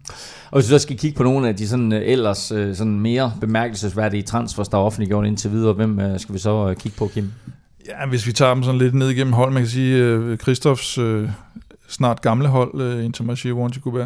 Og hvis vi så skal kigge på nogle af de sådan, ellers sådan mere bemærkelsesværdige transfers, der er offentliggjort indtil videre, hvem skal vi så kigge på, Kim? Ja, hvis vi tager dem sådan lidt ned igennem hold, man kan sige, Christophs øh, snart gamle hold, øh, Intermarché Warranty Gobert,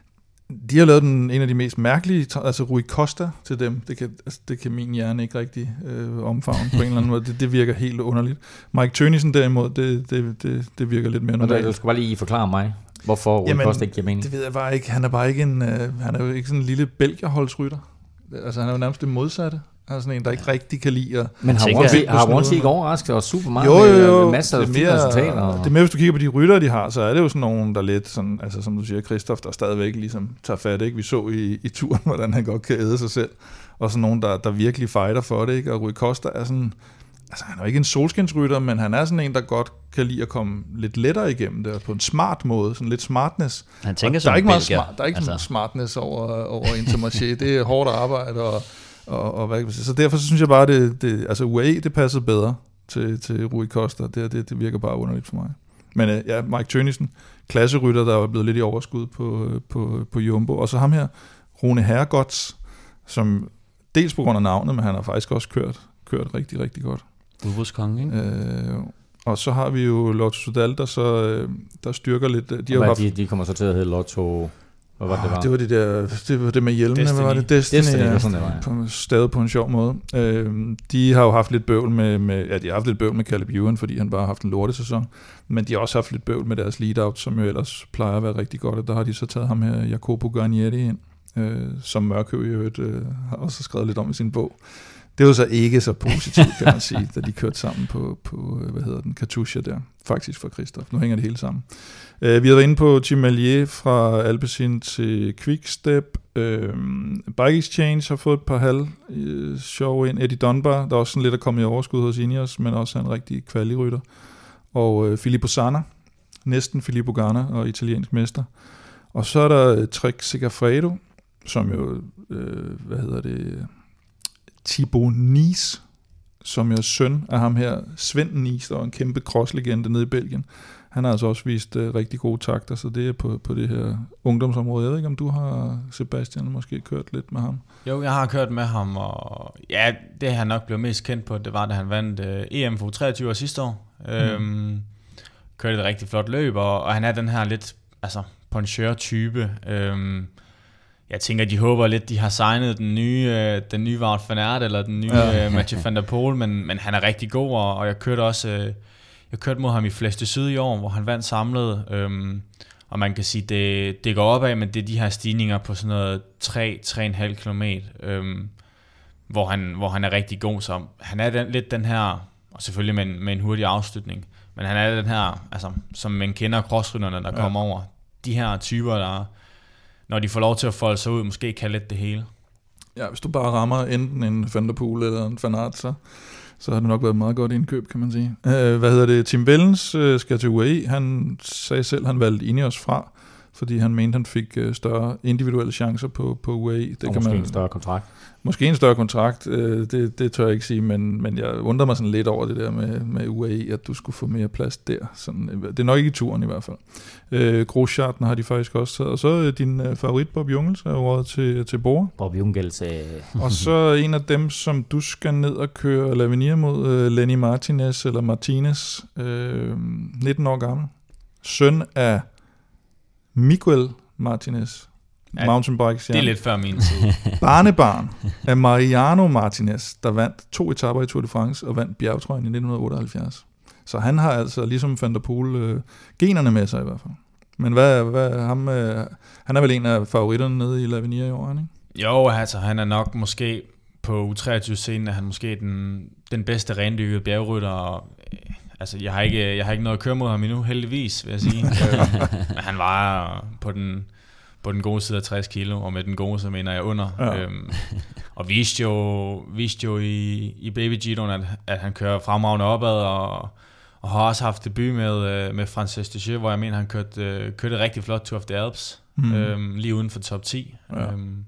de har lavet den, en af de mest mærkelige, altså Rui Costa til dem, det kan, altså, det kan min hjerne ikke rigtig øh, omfavne på en eller anden måde, det, det virker helt underligt. Mike Tønnesen derimod, det, det, det, det virker lidt mere normalt. Du skal bare lige forklare mig, hvorfor Rui Costa ikke giver mening. Det ved jeg bare ikke, han er bare ikke en, øh, han er jo ikke sådan en lille belgierholdsrytter, altså han er jo nærmest det modsatte. Han er sådan en, der ikke ja. rigtig kan lide at... Men har Warranty ikke overrasket os super meget jo, jo, jo. med masser af fine resultater? Og... Det med, hvis du kigger på de rytter, de har, så er det jo sådan nogen, der lidt sådan, altså som du siger, Christoph, der stadigvæk ligesom tager fat, ikke? Vi så i, i turen, hvordan han godt kan æde sig selv, og sådan nogen, der, der virkelig fighter for det, ikke? Og Rui Costa er sådan, altså han er jo ikke en solskinsrytter, men han er sådan en, der godt kan lide at komme lidt lettere igennem det, på en smart måde, sådan lidt smartness. Han tænker der er ikke meget smart, der er ikke altså. sådan smartness over, over Intermarché, det er hårdt arbejde, og Og, og hvad, så derfor så synes jeg bare, det, det altså U A E, det passede bedre til, til Rui Costa. Det, det, det virker bare underligt for mig. Men uh, ja, Mike Tønnesen, klasserytter, der er blevet lidt i overskud på, på, på Jumbo. Og så ham her, Rune Hergods, som dels på grund af navnet, men han har faktisk også kørt, kørt rigtig, rigtig godt. Ubers konge, ikke? Øh, og så har vi jo Lotto Sudal, der, så, der styrker lidt. De, har haft, de, de kommer så til at hedde Lotto... Hvad var det, var? Det var det der, det var det med hjelmene, hvad var det? Destiny, Destiny ja, sådan, det var, ja. På, stadig på en sjov måde. Øh, de har jo haft lidt bøvl med, med, ja, de har haft lidt bøvl med Caleb Ewan, fordi han bare har haft en lortesæson, men de har også haft lidt bøvl med deres lead-out, som jo ellers plejer at være rigtig godt, og der har de så taget ham her, Jacopo Garnieri ind, øh, som Mørkøv i øvrigt øh, har også skrevet lidt om i sin bog. Det var så ikke så positivt, kan man sige, da de kørte sammen på, på hvad hedder den, Katusha der, faktisk for Christoph. Nu hænger det hele sammen. Uh, vi har været inde på Tim Mallier fra Alpecin til Quickstep. Uh, Bike Exchange har fået et par halv uh, sjove ind. Eddie Dunbar, der er også sådan lidt at komme i overskud hos Ineos, men også en rigtig kvalirytter. Og uh, Filippo Sanna, næsten Filippo Ganna og italiensk mester. Og så er der uh, Trek Segafredo, som jo, uh, hvad hedder det... Thibaut Nice, som er søn af ham her, Svend Nice, der er en kæmpe crosslegende nede i Belgien. Han har altså også vist uh, rigtig gode takter, så det er på, på det her ungdomsområde. Jeg ved ikke, om du har, Sebastian, måske kørt lidt med ham? Jo, jeg har kørt med ham, og ja, det han nok blev mest kendt på, det var, da han vandt uh, E M for U treogtyve sidste år. Mm. Øhm, kørte et rigtig flot løb, og, og han er den her lidt, altså, poncheur-type. Øhm, Jeg tænker, de håber lidt, de har signet den nye, øh, den nye Wout van Aert eller den nye ja. øh, Mathieu van der Poel, men, men han er rigtig god, og, og jeg kørte også øh, jeg kørte mod ham i Flæste Syd i år, hvor han vandt samlet, øhm, og man kan sige, det, det går opad, men det er de her stigninger på sådan noget tre til tre komma fem kilometer, øhm, hvor, han, hvor han er rigtig god, så han er den, lidt den her, og selvfølgelig med en, med en hurtig afslutning, men han er den her, altså, som man kender crossrytterne, der ja. kommer over, de her typer, der når de får lov til at folde sig ud, måske kan lidt det hele. Ja, hvis du bare rammer enten en Van der Poel eller en Van Aert, så, så har det nok været et meget godt indkøb, kan man sige. Uh, hvad hedder det? Tim Wellens uh, skal til U A E. Han sagde selv, at han valgte Ineos fra, fordi han mente, han fik uh, større individuelle chancer på, på U A E. Det og kan måske man, en større kontrakt. Måske en større kontrakt, øh, det, det tør jeg ikke sige, men, men jeg undrer mig sådan lidt over det der med, med U A E, at du skulle få mere plads der. Sådan, det er nok ikke i turen i hvert fald. Øh, Großscharten har de faktisk også taget. Og så er din øh, favorit, Bob Jungels, er jo til, til Bora. Bob Jungels. Øh. Og så en af dem, som du skal ned og køre Lavinia mod, øh, Lenny Martinez, eller Martinez, øh, nitten år gammel. Søn af Miguel Martinez. Ja, mountainbikes, ja. Det er lidt før min tid. Barnebarn af Mariano Martinez, der vandt to etaper i Tour de France og vandt bjergtrøjen i nitten otteoghalvfjerds. Så han har altså ligesom Van der Poel øh, generne med sig i hvert fald. Men hvad, hvad ham, øh, han er vel en af favoritterne nede i Lavinia i år, ikke? Jo, altså han er nok måske på U treogtyve-scenen, er han måske den, den bedste rendykkede bjergrytter. Og, øh, altså jeg har, ikke, jeg har ikke noget at køre mod ham endnu, heldigvis vil jeg sige. Men han var på den... på den gode side af tres kilo, og med den gode, så mener jeg under. Ja. Øhm, og viste jo, viste jo i, i Baby Gidon, at, at han kører fremragende opad, og, og har også haft debut med, med Frances Deschamps, hvor jeg mener, han kørte, kørte rigtig flot Tour of the Alps, mm. øhm, lige uden for top ti. Ja. Øhm,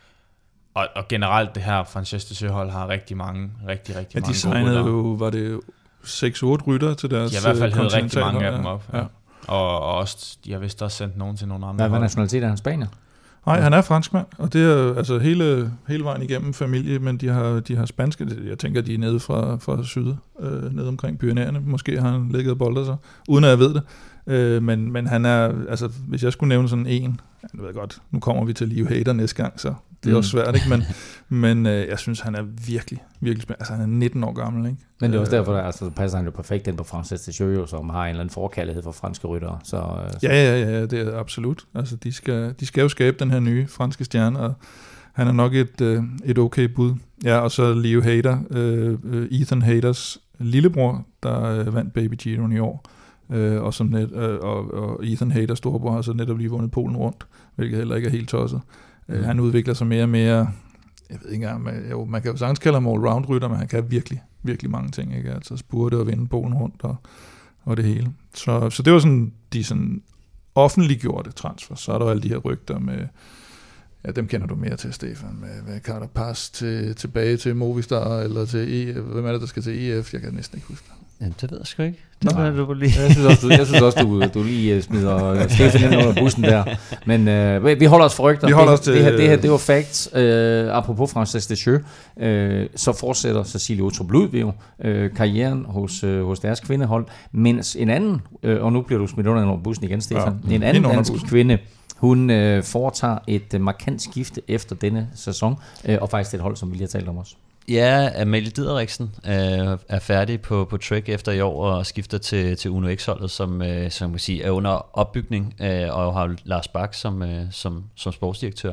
og, og generelt det her Frances Deschamps hold har rigtig mange, rigtig, rigtig ja, mange de signede jo, var det seks otte rytter til deres kontinentalhold. De har i hvert fald hævet rigtig mange af ja. dem op. Ja. Ja. Og, og også, de har vist også sendt nogen til nogle andre. Hvad, hvad nationalitet er han? Spanier? Nej, han er franskmand, og det er altså hele, hele vejen igennem familie, men de har, de har spanske, jeg tænker, de er nede fra, fra syd, øh, nede omkring Pyrenæerne. Måske har han ligget og boldet sig, uden at jeg ved det. Øh, men, men han er, altså hvis jeg skulle nævne sådan en, jeg ved godt, nu kommer vi til Leo Hader næste gang, så det er mm. også svært, ikke? Men, men øh, jeg synes, han er virkelig, virkelig spændende. Altså han er nitten år gammel, ikke? Men det er også derfor, der altså, passer han jo perfekt ind på Francis Deschamps, som har en eller anden forkærlighed for franske ryttere. Så, øh, så. Ja, ja, ja, det er absolut. Altså de skal, de skal jo skabe den her nye franske stjerne, og han er nok et, øh, et okay bud. Ja, og så Leo Hader, øh, Ethan Haders lillebror, der øh, vandt Baby Giroen i år. Øh, og, som net, øh, og, og Ethan Haders storebror har så netop lige vundet Polen rundt, hvilket heller ikke er helt tosset. Mm. Øh, han udvikler sig mere og mere, jeg ved ikke engang, jo, man kan jo sagtens kalde ham all-round-rytter, men han kan virkelig, virkelig mange ting, ikke? Altså spurte og vinde Polen rundt og, og det hele. Så, så det var sådan de sådan offentliggjorte transfer. Så er der alle de her rygter med, ja, dem kender du mere til, Stefan, med, med Carapaz til, tilbage til Movistar, eller til E F. Hvem er det, der skal til E F? Jeg kan næsten ikke huske det. Ja, det ved jeg sgu ikke. Det var du lige. Jeg synes også, du, jeg synes også, du, du lige smider Stefan ind under bussen der. Men øh, vi holder os for rygter. Vi holder os det, til, det, her, det her, det var facts. Øh, apropos Francis Deschamps, øh, så fortsætter Cecilie Uttrup Ludvig øh, karrieren hos, øh, hos deres kvindehold, mens en anden, øh, og nu bliver du smidt under bussen igen, Stefan, ja, en anden dansk kvinde, hun øh, foretager et øh, markant skifte efter denne sæson, øh, og faktisk et hold, som vi lige har talt om også. Ja, Amalie Dideriksen øh, er færdig på, på Trek efter i år og skifter til, til Uno X-holdet, som, øh, som kan sige, er under opbygning øh, og har Lars Bak som, øh, som, som sportsdirektør.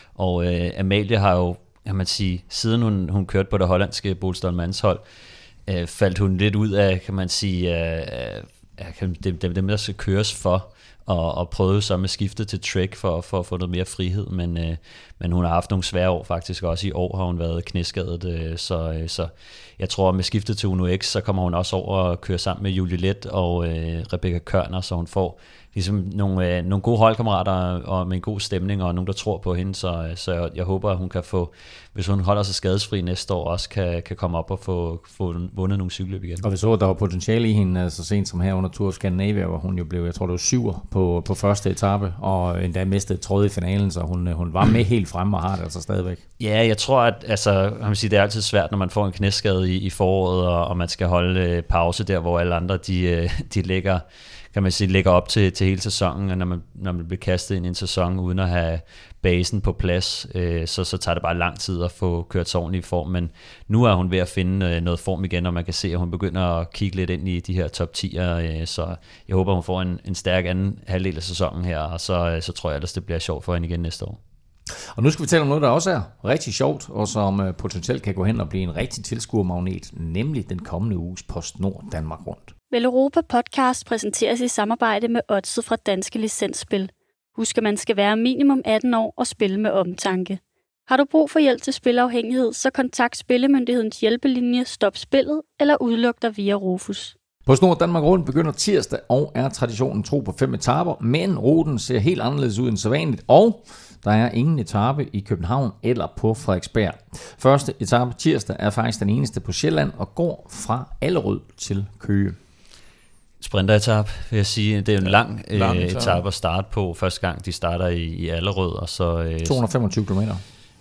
Og øh, Amalie har jo, kan man sige, siden hun, hun kørte på det hollandske Bolstol mandshold, øh, faldt hun lidt ud af, kan man sige, øh, øh, dem, dem, der skal køres for, og, og prøvede så med skiftet til Trek for, for at få noget mere frihed, men, øh, men hun har haft nogle svære år faktisk, også i år har hun været knæskadet, øh, så, øh, så jeg tror med skiftet til Uno X, så kommer hun også over og køre sammen med Julie Lett og øh, Rebecca Kørner, så hun får ligesom nogle, øh, nogle gode holdkammerater og med en god stemning, og nogen, der tror på hende, så, så jeg, jeg håber, at hun kan få, hvis hun holder sig skadesfri næste år, også kan, kan komme op og få, få vundet nogle cykelløb igen. Og vi så, at der var potentiale i hende, så sent som her under Tour of Scandinavia, hvor hun jo blev, jeg tror det var syver på, på første etape, og endda mistede tråd i finalen, så hun, hun var med helt fremme og har det altså stadigvæk. Ja, jeg tror, at altså, man sige, det er altid svært, når man får en knæskade i, i foråret, og, og man skal holde øh, pause der, hvor alle andre, de, øh, de lægger kan man sige, lægger op til, til hele sæsonen, og når man, når man bliver kastet ind i en sæson uden at have basen på plads, øh, så, så tager det bare lang tid at få kørt sig ordentligt i form, men nu er hun ved at finde øh, noget form igen, og man kan se, at hun begynder at kigge lidt ind i de her top ti'er, øh, så jeg håber, hun får en, en stærk anden halvdel af sæsonen her, og så, øh, så tror jeg ellers, det bliver sjovt for hende igen næste år. Og nu skal vi tale om noget, der også er rigtig sjovt, og som øh, potentielt kan gå hen og blive en rigtig tilskuermagnet, nemlig den kommende uges PostNord Danmark Rundt. Vel Europa Podcast præsenteres i samarbejde med Oddset fra Danske Licensspil. Husk, at man skal være minimum atten år og spille med omtanke. Har du brug for hjælp til spilafhængighed, så kontakt Spillemyndighedens hjælpelinje Stop Spillet eller udluk dig via Rufus. PostNord Danmark Rundt begynder tirsdag og er traditionen tro på fem etaper, men ruten ser helt anderledes ud end sædvanligt, og der er ingen etape i København eller på Frederiksberg. Første etape tirsdag er faktisk den eneste på Sjælland og går fra Allerød til Køge. Sprinteretape, vil jeg sige. Det er en lang, ja, lang etape. etape at starte på. Første gang, de starter i, i Allerød. Og så, øh, to hundrede og femogtyve kilometer.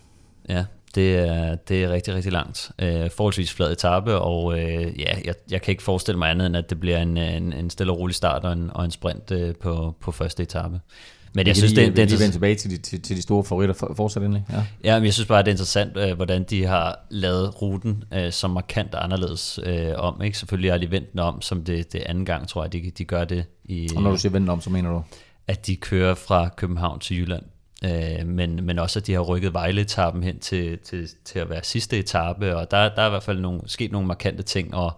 Ja, det er, det er rigtig, rigtig langt. Øh, forholdsvis flad etape, og øh, ja, jeg, jeg kan ikke forestille mig andet, end at det bliver en, en, en stille og rolig start og en, og en sprint øh, på, på første etape. Men jeg synes, lige, det, det er vende tilbage til de, til, til de store favoritter. For, fortsæt endelig. Ja. Ja, men jeg synes bare, det er interessant, øh, hvordan de har lavet ruten øh, som markant anderledes øh, om. Ikke? Selvfølgelig har de vendt den om, som det, det anden gang, tror jeg, de, de gør det. I, og når du siger vendt om, så mener du? At de kører fra København til Jylland. Øh, men, men også, at de har rykket Vejle-etappen hen til, til, til at være sidste etape. Og der, der er i hvert fald nogle, sket nogle markante ting, og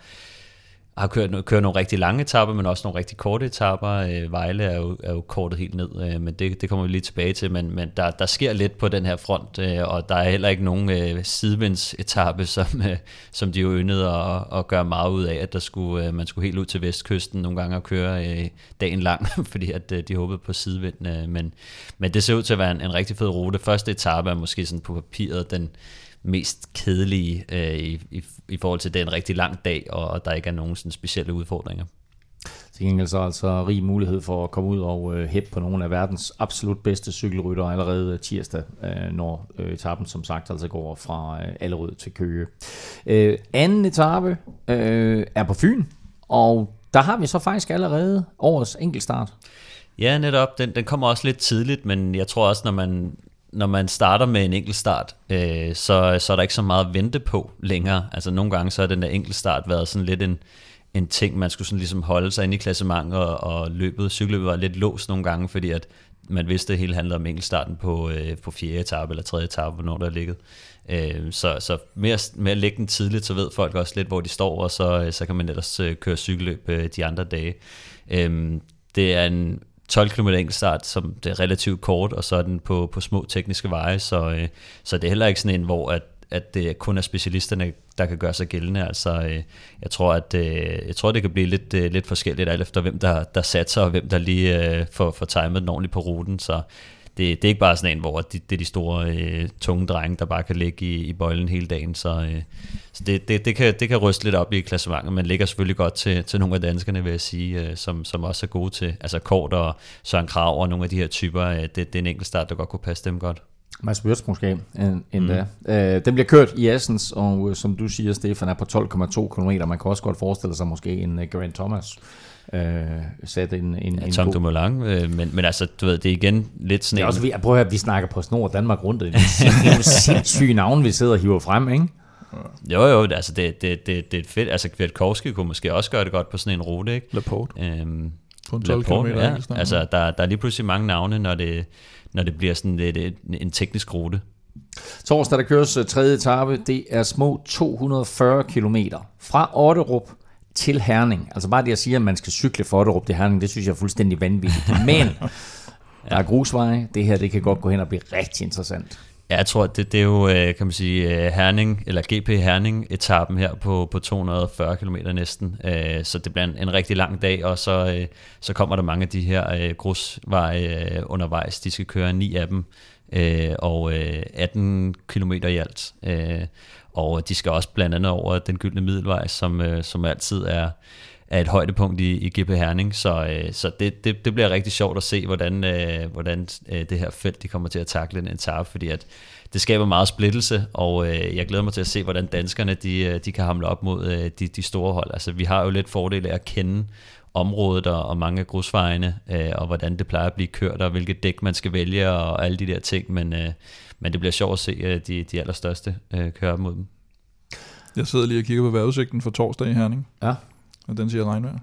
har kørt, kørt nogle rigtig lange etaper, men også nogle rigtig korte etaper. Øh, Vejle er jo, er jo kortet helt ned, øh, men det, det kommer vi lige tilbage til. Men, men der, der sker lidt på den her front, øh, og der er heller ikke nogen øh, sidevindsetape, som, øh, som de jo yndede at, at gøre meget ud af, at der skulle, øh, man skulle helt ud til vestkysten nogle gange og køre øh, dagen lang, fordi at, øh, de håbede på sidevind. Øh, men, men det ser ud til at være en, en rigtig fed rute. Første etape er måske sådan på papiret den mest kedelige øh, i, i, i forhold til, at det er en rigtig lang dag, og der ikke er nogen sådan specielle udfordringer. Til gengæld så altså rig mulighed for at komme ud og øh, hæppe på nogle af verdens absolut bedste cykelryttere allerede tirsdag, øh, når øh, etappen som sagt altså går fra øh, Allerød til Køge. Øh, anden etape øh, er på Fyn, og der har vi så faktisk allerede årets enkeltstart. Ja, netop. Den, den kommer også lidt tidligt, men jeg tror også, når man, når man starter med en enkeltstart, øh, så, så er der ikke så meget at vente på længere. Altså nogle gange så har den der enkeltstart været sådan lidt en, en ting, man skulle sådan ligesom holde sig inde i klassementet, og, og løbet, cykelløbet var lidt låst nogle gange, fordi at man vidste, at det hele handlede om enkeltstarten på, øh, på fjerde etape eller tredje etape, hvornår der er ligget. Øh, så så med, at, med at lægge den tidligt, så ved folk også lidt, hvor de står, og så, så kan man ellers øh, køre cykelløb øh, de andre dage. Øh, det er en tolv kilometer enkeltstart, som det er relativt kort, og så er den på, på små tekniske veje, så, øh, så det er heller ikke sådan en, hvor at, at det kun er specialisterne, der kan gøre sig gældende. Altså, øh, jeg tror, at øh, jeg tror, det kan blive lidt, øh, lidt forskelligt, alt efter hvem der, der satser, og hvem der lige øh, får, får timet den ordentligt på ruten, så det, det er ikke bare sådan en, hvor det, det er de store øh, tunge drenge, der bare kan ligge i, i bøjlen hele dagen, så, øh, så det, det, det, kan, det kan ryste lidt op i klassementet, men ligger selvfølgelig godt til, til nogle af danskerne, vil jeg sige, øh, som, som også er gode til, altså Kort og Søren Krag og nogle af de her typer, øh, det, det er en enkelt start, der godt kunne passe dem godt. Mads Wirtz måske endda. Mm. Øh, den bliver kørt i Assens, og øh, som du siger, Stefan, er på tolv komma to kilometer. Man kan også godt forestille sig måske en uh, Geraint Thomas øh, sat en, en, ja, en Tom god... Dumoulin, øh, men, men altså, du ved, det er igen lidt sådan det er en... også, vi, prøv at høre, vi snakker på Snor Danmark rundt. Det er jo sindssyge navn, vi sidder og hiver frem, ikke? Jo, jo, altså det, det, det, det er fedt. Altså Kwiatkowski kunne måske også gøre det godt på sådan en rute, ikke? Laporte. Øhm, på en tolv kilometer. Ja, altså der, der er lige pludselig mange navne, når det, når det bliver sådan lidt et, en teknisk rute. Torsdag, der køres tredje etape, det er små to hundrede og fyrre kilometer fra Otterup til Herning. Altså bare det at sige, at man skal cykle fra Otterup til Herning, det synes jeg er fuldstændig vanvittigt. Men der er grusveje. Det her, det kan godt gå hen og blive rigtig interessant. Ja, jeg tror, det, det er jo, kan man sige, Herning, eller G P Herning-etappen her på, på to hundrede og fyrre kilometer næsten. Så det bliver en, en rigtig lang dag, og så, så kommer der mange af de her grusveje undervejs. De skal køre ni af dem, og atten kilometer i alt. Og de skal også blandt andet over den gyldne middelvej, som, som altid er, er et højdepunkt i, i G P Herning. Så, så det, det, det bliver rigtig sjovt at se, hvordan, hvordan det her felt de kommer til at takle en etape, fordi at det skaber meget splittelse, og jeg glæder mig til at se, hvordan danskerne de, de kan hamle op mod de, de store hold. Altså, vi har jo lidt fordel af at kende området og, og mange af grusvejene, og hvordan det plejer at blive kørt, og hvilket dæk man skal vælge, og alle de der ting, men, men det bliver sjovt at se de, de allerstørste køre op mod dem. Jeg sidder lige og kigger på vejrudsigten for torsdag i Herning. Ja. Og den siger regnvejr.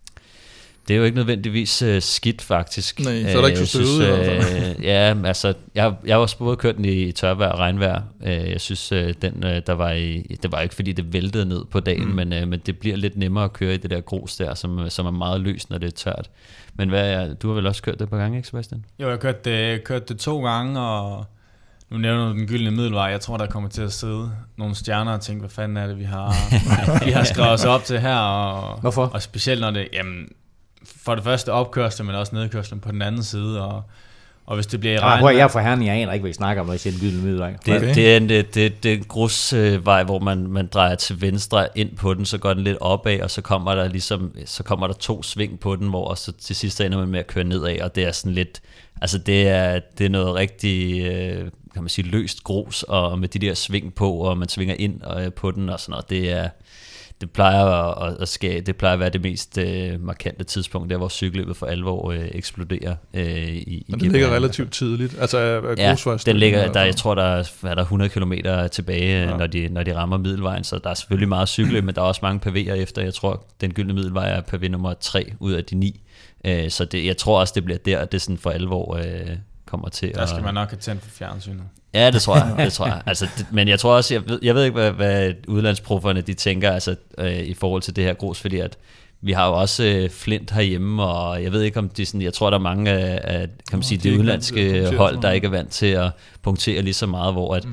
Det er jo ikke nødvendigvis uh, skidt, faktisk. Nej, så er der ikke så støvet i hvert fald. Ja, altså, jeg, jeg har også både kørt den i tørvejr og regnvejr. Uh, jeg synes, uh, den, uh, der var i, det var ikke fordi, det væltede ned på dagen, mm. men, uh, men det bliver lidt nemmere at køre i det der grus der, som, som er meget løst, når det er tørt. Men hvad er, du har vel også kørt det et par gange, ikke Sebastian? Jo, jeg har kørt det, kørt det to gange, og nu nævner du den gyldne middelvej. Jeg tror, der kommer til at sidde nogle stjerner og tænke, hvad fanden er det, vi har, vi har skrevet os op til her. Og, Hvorfor? Og specielt når det, jamen, for det første opkørslen, men også nedkørslen på den anden side, og, og hvis det bliver i regn... Jeg er fra Herning, jeg aner ikke, hvad I snakker om, når I siger den gyldne middelvej. Det, okay. det er en, det, det, det er en grusvej, hvor man, man drejer til venstre ind på den, så går den lidt opad, og så kommer der ligesom, så kommer der to sving på den, hvor så til sidst ender man med at køre nedad, og det er sådan lidt, altså det er, det er noget rigtig, kan man sige, løst grus, og med de der sving på, og man svinger ind på den og sådan noget, det er... Det plejer at, at ske, det plejer at være det mest øh, markante tidspunkt, der hvor cykelløbet for alvor øh, eksploderer øh, i, Men den ligger relativt tidligt. Altså ja, den ligger, der, jeg tror der er, er der hundrede kilometer tilbage, ja. når, de, når de rammer middelvejen, så der er selvfølgelig meget cykelløb, men der er også mange pavéer efter. Jeg tror, den gyldne middelvej er pavé nummer tre ud af de ni. Øh, så det, jeg tror også, det bliver der, det sådan for alvor øh, kommer til. Der skal at, man nok have tændt for fjernsynet. Ja, det tror jeg, det tror jeg. Altså, det, men jeg tror også, jeg ved, jeg ved ikke, hvad, hvad udlandsprofferne de tænker altså, øh, i forhold til det her grus, fordi at vi har jo også øh, Flint herhjemme, og jeg ved ikke om de sådan, jeg tror der er mange af, af kan man sige, oh, de, de udlandske hold, der ikke er vant til at punktere lige så meget, hvor at mm.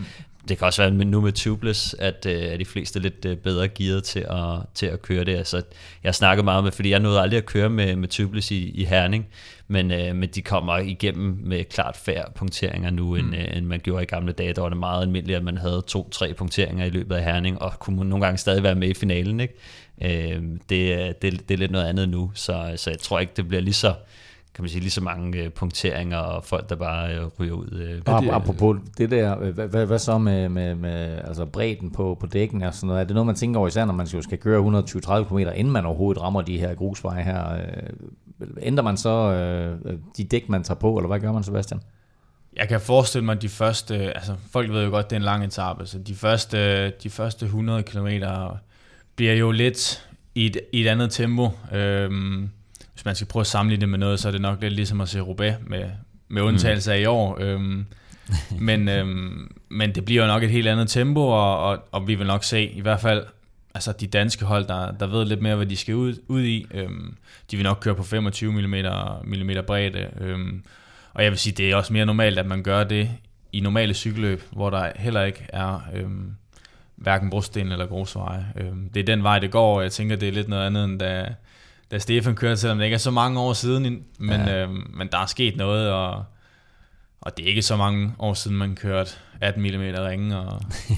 det kan også være nu med tubeless, at, at de fleste er lidt bedre gearet til at, til at køre det. Altså, jeg har snakket meget med, fordi jeg nåede aldrig at køre med, med tubeless i, i Herning, men, øh, men de kommer igennem med klart færre punkteringer nu, mm. end, øh, end man gjorde i gamle dage. Der var det meget almindeligt, at man havde to-tre punkteringer i løbet af Herning, og kunne nogle gange stadig være med i finalen. Ikke? Øh, det, det, det er lidt noget andet nu, så, så jeg tror ikke, det bliver lige så, kan man sige, lige så mange punkteringer og folk, der bare øh, ryger ud. Øh. Og apropos det der, hvad, hvad, hvad så med, med, med altså bredden på, på dækken og sådan noget? Er det noget, man tænker over, især når man skal køre et hundrede og tyve til tredive kilometer, inden man overhovedet rammer de her grusveje her? Ændrer man så øh, de dæk, man tager på, eller hvad gør man, Sebastian? Jeg kan forestille mig, at de første, altså folk ved jo godt, det er en lang etape, så de første, de første hundrede kilometer bliver jo lidt i et, i et andet tempo. Øhm, Hvis man skal prøve at sammenligne det med noget, så er det nok lidt ligesom at se Roubaix med, med undtagelse af i år. Øhm, men, øhm, men det bliver jo nok et helt andet tempo, og, og, og vi vil nok se, i hvert fald altså de danske hold, der, der ved lidt mere, hvad de skal ud, ud i. Øhm, de vil nok køre på femogtyve millimeter bredde. Øhm, og jeg vil sige, det er også mere normalt, at man gør det i normale cykelløb, hvor der heller ikke er øhm, hverken brosten eller grusveje. Øhm, det er den vej, det går, og jeg tænker, det er lidt noget andet, end da da Stefan kørte, selvom det ikke er så mange år siden, men, ja. øh, men der er sket noget, og, og det er ikke så mange år siden, man kørte atten millimeter ringe og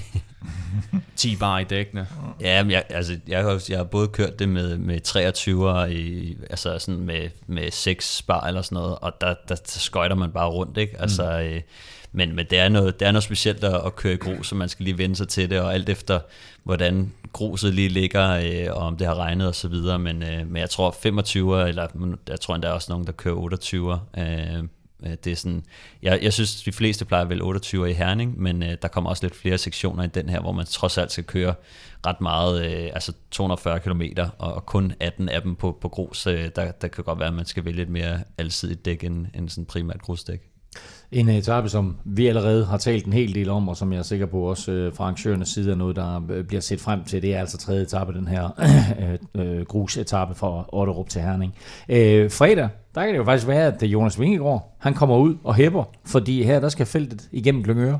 ti bar i dækkene. Ja, men jeg, altså, jeg, har, jeg har både kørt det med, med treogtyve, i, altså sådan med, med seks bar eller sådan noget, og der, der skøjter man bare rundt, ikke? Altså, mm. øh, men, men det er noget, det er noget specielt at, at køre i grus, så man skal lige vende sig til det, og alt efter hvordan gruset lige ligger, øh, og om det har regnet og så videre, men, øh, men jeg tror femogtyve, eller jeg tror endda også nogen, der kører otteogtyve. Øh, det er sådan, jeg, jeg synes, de fleste plejer vel otteogtyve i Herning, men øh, der kommer også lidt flere sektioner i den her, hvor man trods alt skal køre ret meget, øh, altså to hundrede og fyrre kilometer, og, og kun atten af dem på, på grus. Øh, der, der kan godt være, at man skal vælge et mere alsidigt dæk end, end sådan primært grusdæk. En etape, som vi allerede har talt en hel del om, og som jeg er sikker på også øh, fra arrangørernes side er noget, der bliver set frem til, det er altså tredje etape, den her øh, grusetape fra Otterup til Herning. Øh, fredag, der kan det jo faktisk være, at Jonas Vingegaard, han kommer ud og hæpper, fordi her, der skal feltet igennem Glyngøre.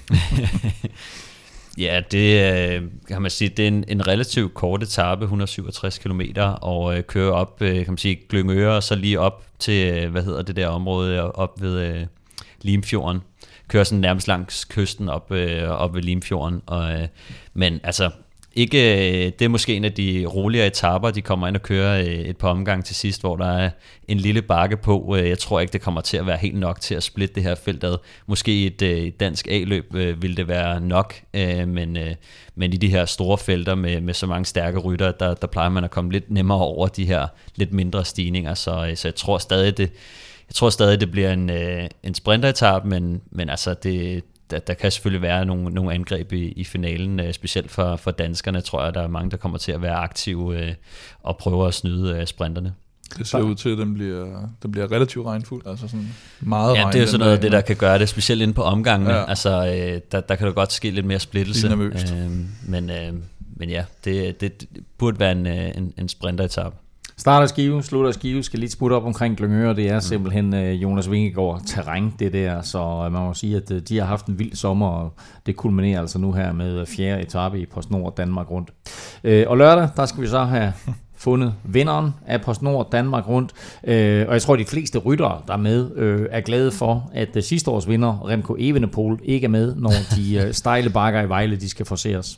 Ja, det kan man sige, det er en, en relativt kort etape, et hundrede og syvogtres kilometer, og øh, kører op, øh, kan man sige, Glyngøre, og så lige op til, øh, hvad hedder det der område, op ved øh, Limfjorden. Kører sådan nærmest langs kysten op, øh, op ved Limfjorden, og, øh, men altså, ikke, det er måske en af de roligere etaper, de kommer ind og kører et par omgange til sidst, hvor der er en lille bakke på. Jeg tror ikke, det kommer til at være helt nok til at splitte det her felt ad. Måske et, et dansk A-løb vil det være nok, men, men i de her store felter med, med så mange stærke rytter, der, der plejer man at komme lidt nemmere over de her lidt mindre stigninger, så, så jeg tror stadig, det, jeg tror stadig, det bliver en, en sprinteretape, men, men altså det Der, der kan selvfølgelig være nogle, nogle angreb i, i finalen, øh, specielt for, for danskerne, tror jeg, der er mange, der kommer til at være aktive øh, og prøve at snyde øh, sprinterne. Det ser ud til, at den bliver, den bliver relativt regnfuld, altså sådan meget ja, regn. Det er jo sådan noget af det, der kan gøre det, specielt inde på omgangene. Ja. Altså, øh, der, der kan der godt ske lidt mere splittelse. Øh, men, øh, men ja, det, det, det burde være en, en, en sprinteretape. Starter Skive, slutter Skive, skal lige smutte op omkring Glyngøre. Det er simpelthen uh, Jonas Vingegaard terræn, det der. Så uh, man må sige, at uh, de har haft en vild sommer, og det kulminerer altså nu her med uh, fjerde etape i PostNord Danmark rundt. Uh, og lørdag, der skal vi så have fundet vinderen af PostNord Danmark rundt. Uh, og jeg tror, at de fleste ryttere, der er med, uh, er glade for, at uh, sidste års vinder, Remco Evenepoel, ikke er med, når de uh, stejle bakker i Vejle, de skal forceres.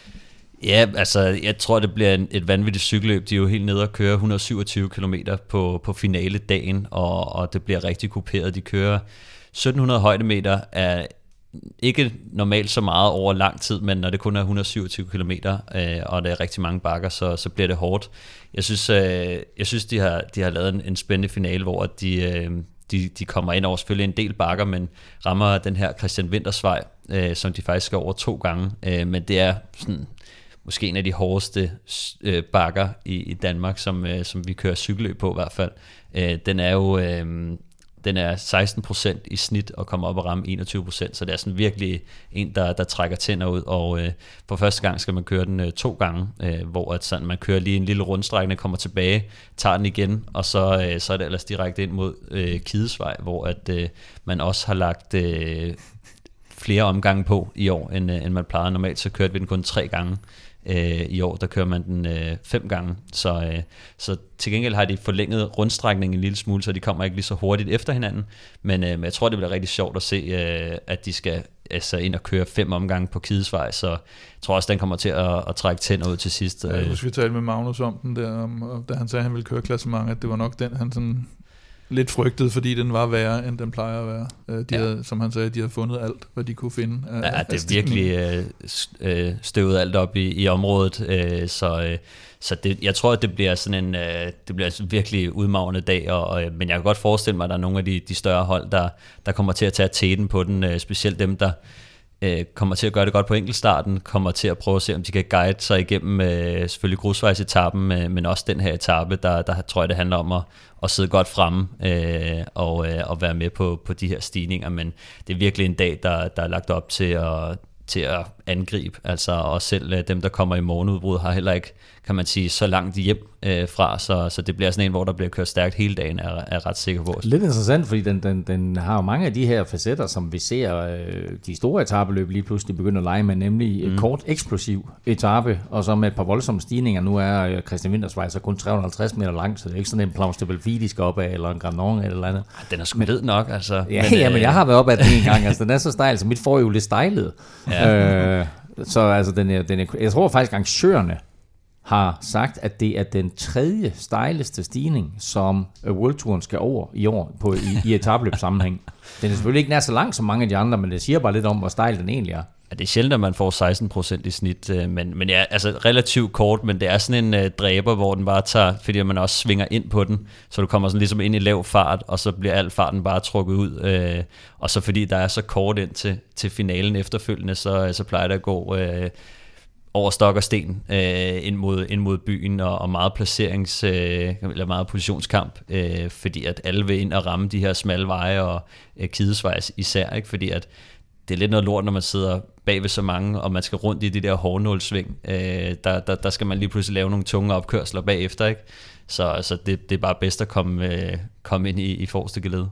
Ja, altså jeg tror, det bliver en, et vanvittigt cykelløb. De er jo helt nede og kører et hundrede og syvogtyve kilometer på, på finaledagen, og, og det bliver rigtig kuperet. De kører sytten hundrede højdemeter, er ikke normalt så meget over lang tid, men når det kun er et hundrede og syvogtyve kilometer, øh, og der er rigtig mange bakker, så, så bliver det hårdt. Jeg synes, øh, jeg synes de, har, de har lavet en, en spændende finale, hvor de, øh, de, de kommer ind over selvfølgelig en del bakker, men rammer den her Christian Wintersvej, øh, som de faktisk skal over to gange. Øh, men det er sådan måske en af de hårdeste øh, bakker i, i Danmark, som, øh, som vi kører cykelløb på i hvert fald. Øh, den er jo øh, den er seksten procent i snit og kommer op og ramme enogtyve procent, så det er sådan virkelig en, der, der trækker tænder ud, og øh, for første gang skal man køre den øh, to gange, øh, hvor at sådan, man kører lige en lille rundstrækning, kommer tilbage, tager den igen, og så, øh, så er det ellers direkte ind mod øh, Kidesvej, hvor at, øh, man også har lagt øh, flere omgange på i år, end, end man plejede. Normalt så kørte vi den kun tre gange. Øh, I år, der kører man den øh, fem gange. Så, øh, så til gengæld har de forlænget rundstrækningen en lille smule, så de kommer ikke lige så hurtigt efter hinanden. Men, øh, men jeg tror, det bliver rigtig sjovt at se, øh, at de skal altså, ind og køre fem omgange på Kidesvej. Så jeg tror også, den kommer til at, at trække tænder ud til sidst. Ja, jeg husker, vi talte med Magnus om den der, om, da han sagde, at han ville køre klassement, at det var nok den, han sådan lidt frygtet, fordi den var værre, end den plejer at være. De ja. havde, som han sagde, de havde fundet alt, hvad de kunne finde. Af, ja, det er virkelig øh, støvet alt op i, i området, øh, så, øh, så det, jeg tror, at det bliver sådan en, øh, det bliver en virkelig udmagende dag, og, og, men jeg kan godt forestille mig, at der er nogle af de, de større hold, der, der kommer til at tage teten på den, øh, specielt dem, der øh, kommer til at gøre det godt på enkeltstarten, kommer til at prøve at se, om de kan guide sig igennem øh, selvfølgelig grusvejsetappen, øh, men også den her etape, der, der tror jeg, det handler om at og sidde godt fremme øh, og, øh, og være med på, på de her stigninger, men det er virkelig en dag, der, der er lagt op til at, til at angribe, altså og selv øh, dem, der kommer i morgenudbrud, har heller ikke, kan man sige, så langt hjem øh, fra, så, så det bliver sådan en, hvor der bliver kørt stærkt hele dagen, er, er ret sikker på. Lidt interessant, fordi den, den, den har jo mange af de her facetter, som vi ser øh, de store etapeløb lige pludselig begynder at lege med, nemlig mm. et kort, eksplosiv etape, og så med et par voldsomme stigninger. Nu er Christian Wintersvej så kun tre hundrede og halvtreds meter lang, så det er ikke sådan en Plaus de Belfidi skal op af, eller en Grandon eller andet. Den er sgu led nok, altså. Ja, men, ja, men jeg har været op ad den en gang, altså den er så stejl, så mit forhjul lidt stejlet. Ja. Øh, så altså, den er, den er, jeg tror faktisk, arrangørerne har sagt, at det er den tredje stejleste stigning, som World Touren skal over i år på, i, i etapløbssammenhæng. Den er selvfølgelig ikke nær så lang som mange af de andre, men det siger bare lidt om, hvor stejl den egentlig er. Ja, det er sjældent, at man får seksten procent i snit, men, men ja, altså relativt kort, men det er sådan en uh, dræber, hvor den bare tager, fordi man også svinger ind på den, så du kommer sådan ligesom ind i lav fart, og så bliver al farten bare trukket ud, uh, og så fordi der er så kort ind til, til finalen efterfølgende, så, så plejer det at gå uh, over stok og sten øh, ind, mod, ind mod byen, og, og meget placerings, øh, eller meget positionskamp, øh, fordi at alle vil ind og ramme de her smalle veje, og øh, Kidesvej især, ikke? Fordi at det er lidt noget lort, når man sidder bag ved så mange, og man skal rundt i de der hårnålsving. Øh, der, der, der skal man lige pludselig lave nogle tunge opkørsler bagefter, ikke? Så, så det, det er bare bedst at komme, øh, komme ind i, i forreste geled.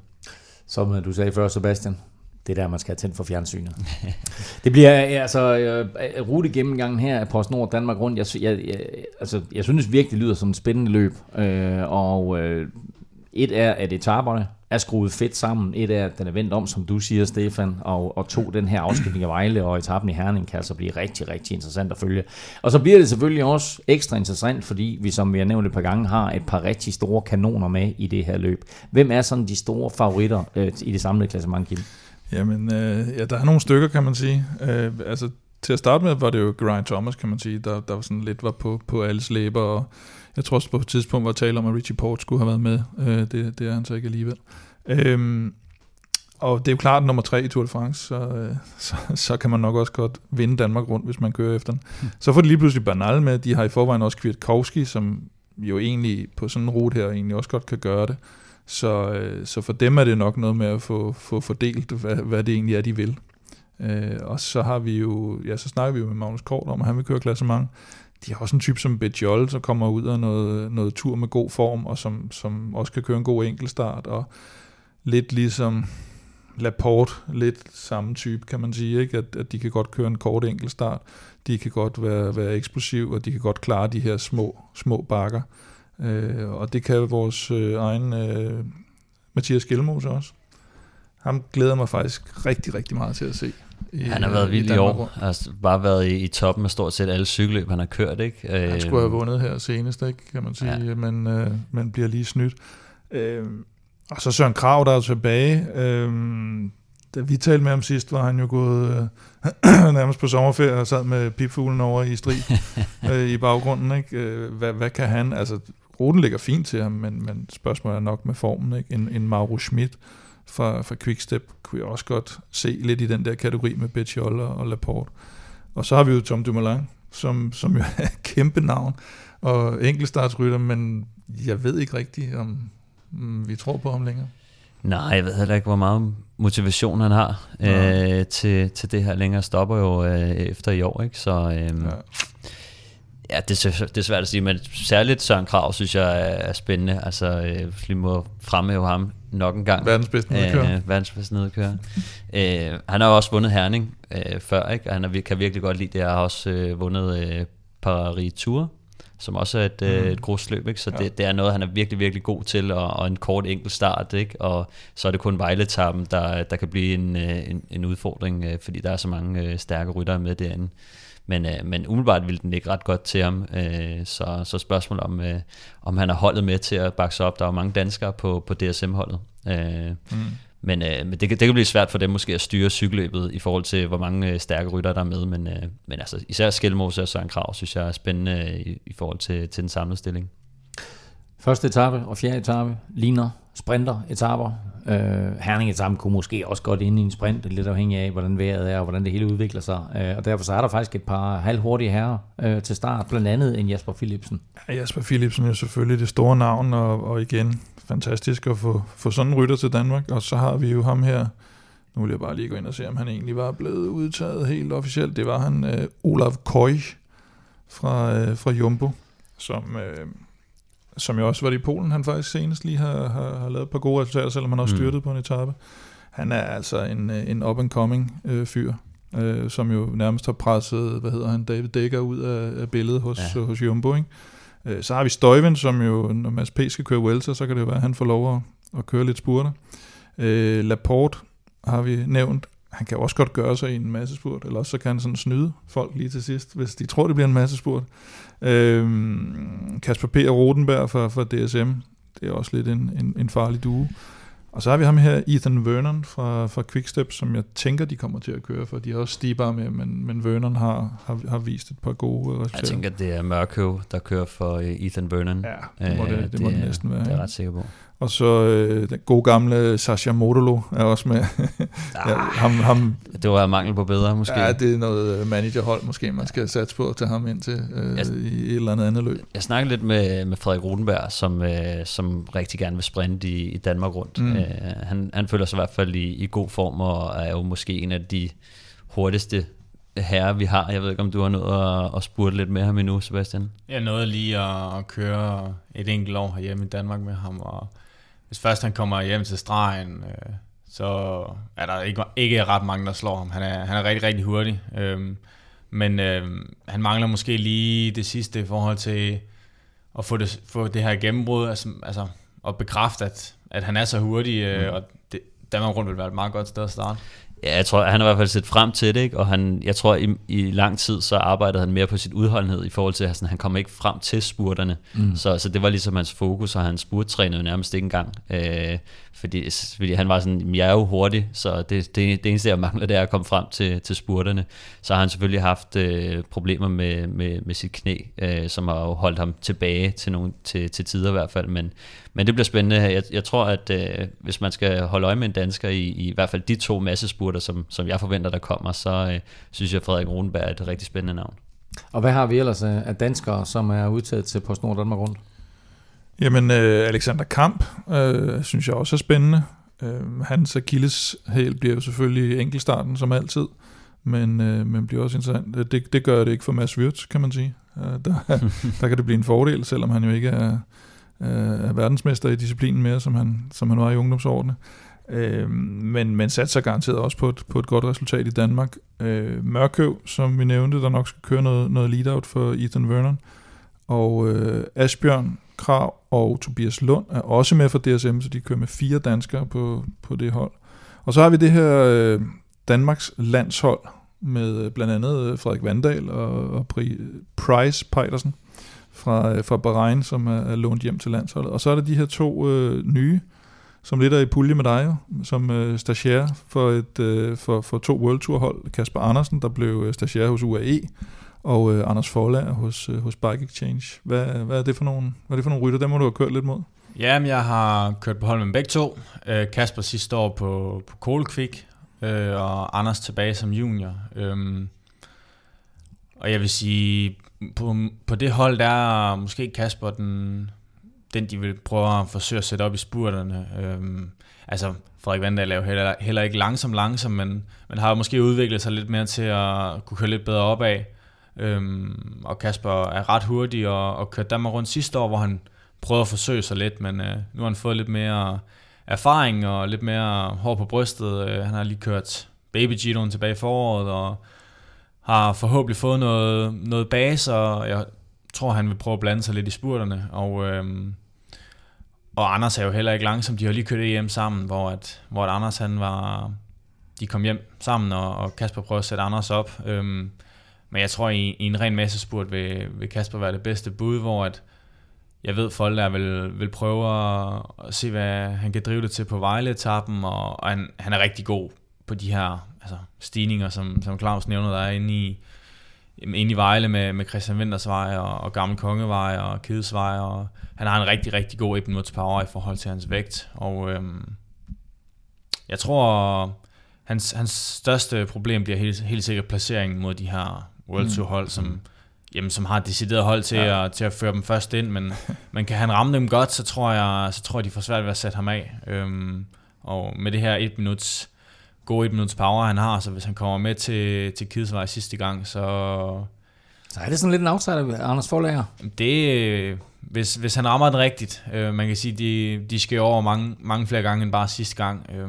Som du sagde før, Sebastian, det der, man skal have tændt for fjernsynet. Det bliver altså uh, rutegennemgangen her af PostNord Danmark rundt. Jeg, jeg, jeg, altså, jeg synes virkelig, det lyder som et spændende løb. Uh, og uh, et er, at etaperne er skruet fedt sammen. Et er, at den er vendt om, som du siger, Stefan. Og, og to, den her afskilning af Vejle og etappen i Herning kan altså blive rigtig, rigtig interessant at følge. Og så bliver det selvfølgelig også ekstra interessant, fordi vi, som vi har nævnt et par gange, har et par rigtig store kanoner med i det her løb. Hvem er sådan de store favoritter uh, i det samlede klassement, Kim? Jamen, øh, ja, der er nogle stykker, kan man sige. Øh, altså, til at starte med var det jo Geraint Thomas, kan man sige, der, der var sådan lidt var på, på alles læber, og jeg tror også på et tidspunkt var tale om, at Richie Porte skulle have været med. Øh, det, det er han så ikke alligevel. Øh, og det er jo klart, at nummer tre i Tour de France, så, øh, så, så kan man nok også godt vinde Danmark rundt, hvis man kører efter den. Hmm. Så får de lige pludselig Bernal med. De har i forvejen også Kwiatkowski, som jo egentlig på sådan en rute her egentlig også godt kan gøre det. Så, øh, så for dem er det nok noget med at få, få fordelt, hvad, hvad det egentlig er, de vil. Øh, og så har vi jo, ja, så snakker vi jo med Magnus Kort om, at han vil køre klassement. De har også en type som Betjol, som kommer ud af noget, noget tur med god form, og som, som også kan køre en god enkeltstart, og lidt ligesom Laporte, lidt samme type, kan man sige, ikke? At, at de kan godt køre en kort enkeltstart, de kan godt være, være eksplosiv, og de kan godt klare de her små, små bakker. Øh, og det kan vores øh, egen øh, Mathias Gjelmose også. Ham glæder mig faktisk rigtig, rigtig meget til at se. I, han har været vild i, i år. Han har bare været i, i toppen af stort set alle cykelløb, han har kørt, ikke? Han skulle have vundet her senest, ikke? Kan man sige, ja. men, øh, men bliver lige snydt. Øh, og så Søren Kragh, der er tilbage. Øh, da vi talte med ham sidst, var han jo gået øh, nærmest på sommerferie og sad med pipfuglen over i strid øh, i baggrunden, ikke? Øh, hvad, hvad kan han? Altså, ruten ligger fint til ham, men, men spørgsmålet er nok med formen, ikke? En, en Mauro Schmidt fra, fra Quickstep kunne jeg også godt se lidt i den der kategori med Betjol og, og Laporte. Og så har vi jo Tom Dumoulin, som, som jo er et kæmpe navn og enkeltstartsrytter, men jeg ved ikke rigtigt, om mm, vi tror på ham længere. Nej, jeg ved heller ikke, hvor meget motivation han har ja. øh, til, til det her længere. Stopper jo øh, efter i år, ikke? Så øh, ja. ja, det, det er svært at sige, men særligt Søren Kragh synes jeg er spændende. Altså, øh, vi må fremhæve ham nok en gang. Verdens bedste nedkører. Øh, verdens bedste nedkører. øh, han har også vundet Herning øh, før, ikke? Og han er, kan virkelig godt lide det. Jeg har også øh, vundet øh, Paris Tour, som også er et, mm. øh, et grussløb, ikke? Så ja. det, det er noget, han er virkelig, virkelig god til, og, og en kort enkelt start, ikke? Og så er det kun Vejle-etappen, der, der kan blive en, en, en udfordring, øh, fordi der er så mange øh, stærke ryttere med derinde. Men, øh, men umiddelbart ville den ligge ret godt til ham, øh, så, så spørgsmål om, øh, om han har holdet med til at bakke sig op. Der er jo mange danskere på, på D S M-holdet. Øh, mm. Men, øh, men det, det kan blive svært for dem måske at styre cykelløbet i forhold til, hvor mange øh, stærke ryttere der er med. Men, øh, men altså, især Skelmose og Søren Kragh, synes jeg er spændende øh, i, i forhold til, til den samlede stilling. Første etape og fjerde etape ligner sprinter-etaper. Øh, Herning-etappen kunne måske også godt ind i en sprint, lidt afhængig af, hvordan vejret er og hvordan det hele udvikler sig. Øh, og derfor så er der faktisk et par halvhurtige herrer øh, til start, blandt andet en Jasper Philipsen. Ja, Jasper Philipsen er selvfølgelig det store navn, og, og igen fantastisk at få, få sådan en rytter til Danmark. Og så har vi jo ham her, nu vil jeg bare lige gå ind og se, om han egentlig var blevet udtaget helt officielt. Det var han, øh, Olav Køj fra, øh, fra Jumbo, som... Øh, som jo også var i Polen, han faktisk senest lige har, har, har lavet et par gode resultater, selvom han også styrtet mm. på en etape. Han er altså en, en up-and-coming øh, fyr, øh, som jo nærmest har presset, hvad hedder han, David Dekker ud af, af billedet hos, ja. hos Jumbo, ikke? Øh, så har vi Stuyven, som jo, når Mads P. skal køre Vuelta, så kan det jo være, at han får lov at, at køre lidt spurter. Øh, Laporte har vi nævnt. Han kan også godt gøre sig i en masse spurt, eller også så kan han sådan snyde folk lige til sidst, hvis de tror, det bliver en masse spurt. Øhm, Kasper P. og Rodenberg fra, fra D S M, det er også lidt en, en, en farlig duo. Og så har vi ham her, Ethan Vernon fra, fra Quickstep, som jeg tænker, de kommer til at køre, for de har også Stibar med, men, men Vernon har, har, har vist et par gode resultater. Jeg tænker, det er Mørkøv, der kører for Ethan Vernon. Ja, det må det, det, det, må det næsten være. Det er jeg ret sikker på. Og så øh, den gode gamle Sascha Modolo er også med. ja, ham, ham, det var mangel på bedre, måske. Ja, det er noget managerhold, måske man skal satse på at tage ham ind til øh, jeg, i et eller andet andet løb. Jeg snakkede lidt med, med Frederik Rodenberg, som, øh, som rigtig gerne vil sprinte i, i Danmark rundt. Mm. Øh, han, han føler sig i hvert fald i, i god form, og er jo måske en af de hurtigste herre, vi har. Jeg ved ikke, om du har nået at, at spurte lidt med ham endnu, Sebastian? Jeg nåede lige at, at køre et enkelt år herhjemme i Danmark med ham, og hvis først han kommer hjem til stregen, øh, så er der ikke, ikke ret mange, der slår ham. Han er, han er rigtig, rigtig hurtig. Øhm, men øh, han mangler måske lige det sidste i forhold til at få det, få det her gennembrud, altså, altså at bekræfte, at, at han er så hurtig, øh, mm. og det, Danmark rundt vil være et meget godt sted at starte. Ja, jeg tror, han har i hvert fald set frem til det, ikke? Og han, jeg tror, i, i lang tid, så arbejdede han mere på sit udholdenhed i forhold til, at han kom ikke frem til spurterne. Mm. Så, så det var ligesom hans fokus, og han spurttrænede nærmest ikke engang. Øh, fordi, fordi han var sådan, jeg er jo hurtig, så det, det, det eneste, jeg mangler, det er at komme frem til, til spurterne. Så har han selvfølgelig haft øh, problemer med, med, med sit knæ, øh, som har jo holdt ham tilbage til, nogle, til, til tider i hvert fald. Men, men det bliver spændende. Jeg, jeg tror, at øh, hvis man skal holde øje med en dansker i, i, i hvert fald de to massespurter, som, som jeg forventer, der kommer, så øh, synes jeg, at Frederik Rodenberg er et rigtig spændende navn. Og hvad har vi ellers af danskere, som er udtaget til PostNord Danmark rundt? Jamen, øh, Alexander Kamp, øh, synes jeg også er spændende. Øh, hans akilleshæl bliver jo selvfølgelig enkeltstarten, som altid, men, øh, men bliver også interessant. Det, det gør det ikke for Mads Wirtz, kan man sige. Øh, der, der kan det blive en fordel, selvom han jo ikke er, øh, er verdensmester i disciplinen mere, som han, som han var i ungdomsårene. Øh, men, men satser garanteret også på et, på et godt resultat i Danmark. Øh, Mørkøv, som vi nævnte, der nok skal køre noget, noget lead-out for Ethan Vernon. Og øh, Asbjørn Kragh og Tobias Lund er også med for D S M, så de kører med fire danskere på, på det hold. Og så har vi det her øh, Danmarks landshold med blandt andet Frederik Vandal og, og Price Pejdersen fra, fra Bahrain, som er, er lånt hjem til landsholdet. Og så er der de her to øh, nye, som lidt er i pulje med dig, jo, som øh, stagiaire for, et, øh, for, for to World Tour hold. Kasper Andersen, der blev stagiaire hos U A E, og øh, Anders Forlager hos, øh, hos Bike Exchange. Hvad, hvad, er det for nogle, hvad er det for nogle rytter? Dem må du have kørt lidt mod. Jamen, jeg har kørt på hold med begge to. Øh, Kasper sidste år på, på Cold Quick, øh, og Anders tilbage som junior. Øhm, og jeg vil sige, på, på det hold, der er måske Kasper den, den, de vil prøve at forsøge at sætte op i spurterne. Øhm, altså, Frederik Vandal er jo heller, heller ikke langsom langsom, men, men har måske udviklet sig lidt mere til at kunne køre lidt bedre opad. Øhm, og Kasper er ret hurtig og, og kørte Danmark rundt sidste år, hvor han prøvede at forsøge sig lidt, men øh, nu har han fået lidt mere erfaring og lidt mere hår på brystet. Han har lige kørt Baby Gitoen tilbage i foråret, og har forhåbentlig fået noget, noget base, og jeg tror, han vil prøve at blande sig lidt i spurterne. Og, øhm, og Anders er jo heller ikke langsom. De har lige kørt hjem sammen, hvor, at, hvor at Anders han var... De kom hjem sammen, og, og Kasper prøvede at sætte Anders op. Øhm, men jeg tror, i, i en ren massespurt vil, vil Kasper være det bedste bud, hvor at jeg ved, folk der vil, vil prøve at, at se, hvad han kan drive det til på Vejle-etappen, og, og han, han er rigtig god på de her altså, stigninger, som, som Claus nævner, der er inde i, inde i Vejle med, med Christian Winters Vej og, og Gammel Kongevej og Kedesvej, og han har en rigtig, rigtig god et minuts power i forhold til hans vægt, og øhm, jeg tror, hans, hans største problem bliver helt, helt sikkert placeringen mod de her World Tour hold, som, jamen, som har et decideret hold til, ja. at, til at føre dem først ind, men, men kan han ramme dem godt, så tror jeg, så tror jeg de får svært ved at sætte ham af, øhm, og med det her et minuts gode et minuts power, han har, så hvis han kommer med til, til Kidesvej sidste gang, så... Så er det sådan lidt en outsider, Anders Forlager? Det, hvis, hvis han rammer den rigtigt, øh, man kan sige, de, de skal over mange, mange flere gange end bare sidste gang. Øh,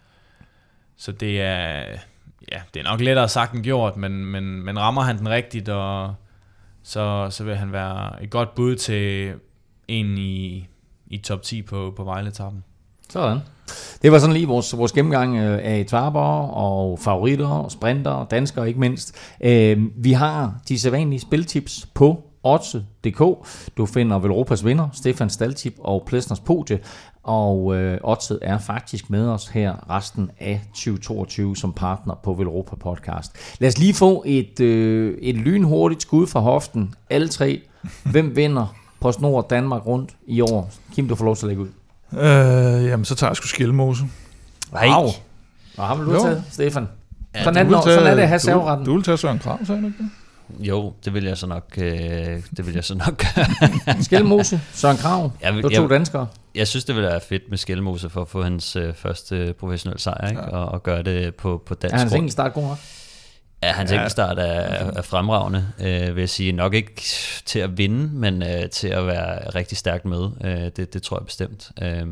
så det er, ja, det er nok lettere sagt end gjort, men, men, men rammer han den rigtigt, og så, så vil han være et godt bud til en i, i top ti på, på Vejle-etappen. Sådan. Det var sådan lige vores, vores gennemgang af etaper og favoritter, sprinter, danskere ikke mindst. Vi har de sædvanlige spiltips på Odds punktum d k. Du finder Velropas vinder, Stefan Staltip og Plesners podie. Og øh, Oddset er faktisk med os her resten af tyve toogtyve som partner på Velropa Podcast. Lad os lige få et, øh, et lynhurtigt skud fra hoften. Alle tre. Hvem vinder PostNord Danmark rundt i år? Kim, du får lov til at lægge ud. Øh, jamen, så tager jeg sgu Skjelmose. Wow. Og har du taget, Stefan? Ja, sådan, er det, sådan er det at have serveretten. Du vil tage Søren Krav, sagde du ikke det? Jo, det vil jeg så nok øh, det vil jeg så nok Skjelmose, Søren Krav, du to danskere. Jeg synes, det ville være fedt med Skjelmose for at få hans øh, første professionelle sejr, ikke? Ja. Og, og gøre det på, på dansk. Er hans enkeltstart god nok? Ja, hans ja. enkeltstart er, er fremragende, øh, vil jeg sige. Nok ikke til at vinde, men øh, til at være rigtig stærkt med. Øh, det, det tror jeg bestemt. Øh,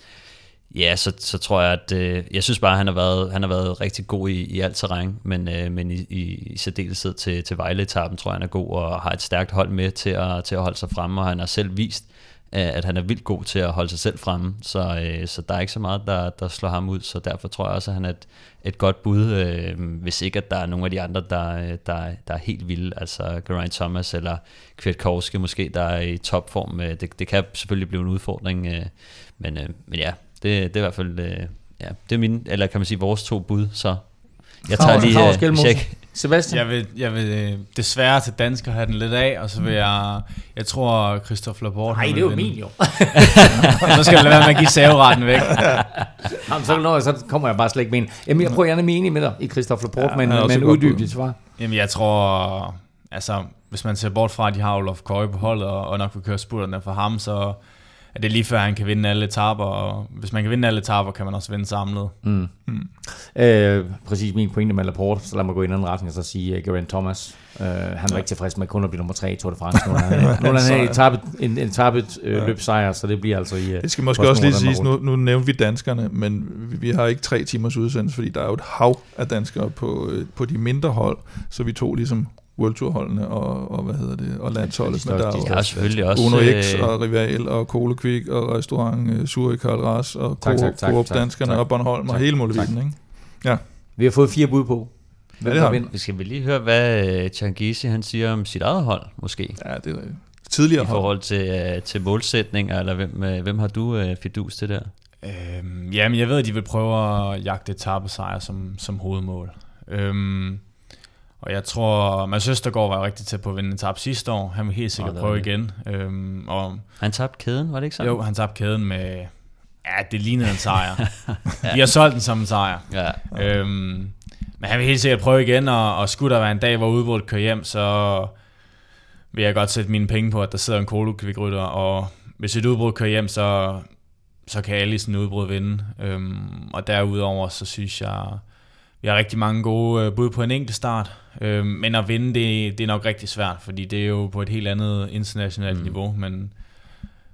ja, så, så tror jeg, at øh, jeg synes bare, at han har været, han har været rigtig god i, i alt terræn, men, øh, men i, i, i særdeleshed til, til Vejle-etappen tror jeg, han er god og har et stærkt hold med til at, til at holde sig fremme, og han har selv vist, at han er vildt god til at holde sig selv fremme, så, øh, så der er ikke så meget, der, der slår ham ud, så derfor tror jeg også, at han er et, et godt bud, øh, hvis ikke at der er nogle af de andre, der, der, der er helt vilde, altså Geraint Thomas eller Kwiatkowski måske, der er i topform. Det, det kan selvfølgelig blive en udfordring, øh, men, øh, men ja, det, det er i hvert fald, øh, ja, det er mine, eller kan man sige vores to bud, så jeg tager lige øh, tjek. Sebastian? Jeg vil, jeg vil desværre til dansker have den lidt af, og så vil jeg, jeg tror Christophe Laporte... Nej, det er jo min jo. Så skal det lade være med at give saveretten væk. Jamen, så, når, så kommer jeg bare slet ikke med en. Jamen, jeg prøver gerne enig med dig i Christophe Laporte, ja, men, men uddyb dit svar. Jamen, jeg tror, altså, hvis man ser bort fra, at de har Olof Køge på holdet, og, og nok vil køre spurterne for ham, så er det lige før, han kan vinde alle etaper, og hvis man kan vinde alle etaper, kan man også vinde samlet. Mm. Mm. Øh, præcis min pointe med Laporte, så lad mig gå i en anden retning og så sige uh, Geraint Thomas. Uh, han var ja. ikke tilfreds med kun at blive nummer tre i Tour de France. Nu er han etappet, en etappet uh, ja. løbsejr, så det bliver altså i... Uh, det skal måske også lige siges, nu, nu nævnte vi danskerne, men vi, vi har ikke tre timers udsendelse, fordi der er jo et hav af danskere på, på de mindre hold, så vi tog ligesom World Tour holdene og, og hvad hedder det og landsholdet, men der er jo selvfølgelig også Uno X og Rival og Kole Kvik og Restaurant Zurich Karl Ras og Coop danskerne tak, og Bornholm tak, og hele muligheden, ikke? Ja. Vi har fået fire bud på. Hvem ja, vi skal vi lige høre, hvad Changizi han siger om sit eget hold, måske? Ja, det er tidligere i forhold til, til målsætninger, eller hvem, hvem har du fidus til der? Øhm, jamen, jeg ved, at de vil prøve at jagte etapesejr som, som hovedmål. Øhm, og jeg tror, Mads Østergaard var rigtig tæt på at vinde en etape sidste år. Han vil helt sikkert oh, prøve igen. Øhm, og han tabte kæden, var det ikke sådan? Jo, han tabte kæden med... Ja, det lignede en sejr. ja. Vi har solgt den som en sejr. Ja. Øhm, men han vil helt sikkert prøve igen, og, og skulle der være en dag, hvor udbruddet kører hjem, så vil jeg godt sætte mine penge på, at der sidder en Kolo-Kvik-rytter, og hvis et udbrud kører hjem, så, så kan alle i sådan et udbrud vinde. Øhm, og derudover, så synes jeg, vi har rigtig mange gode bud på en enkelt start, øhm, men at vinde, det, det er nok rigtig svært, fordi det er jo på et helt andet internationalt mm. niveau, men...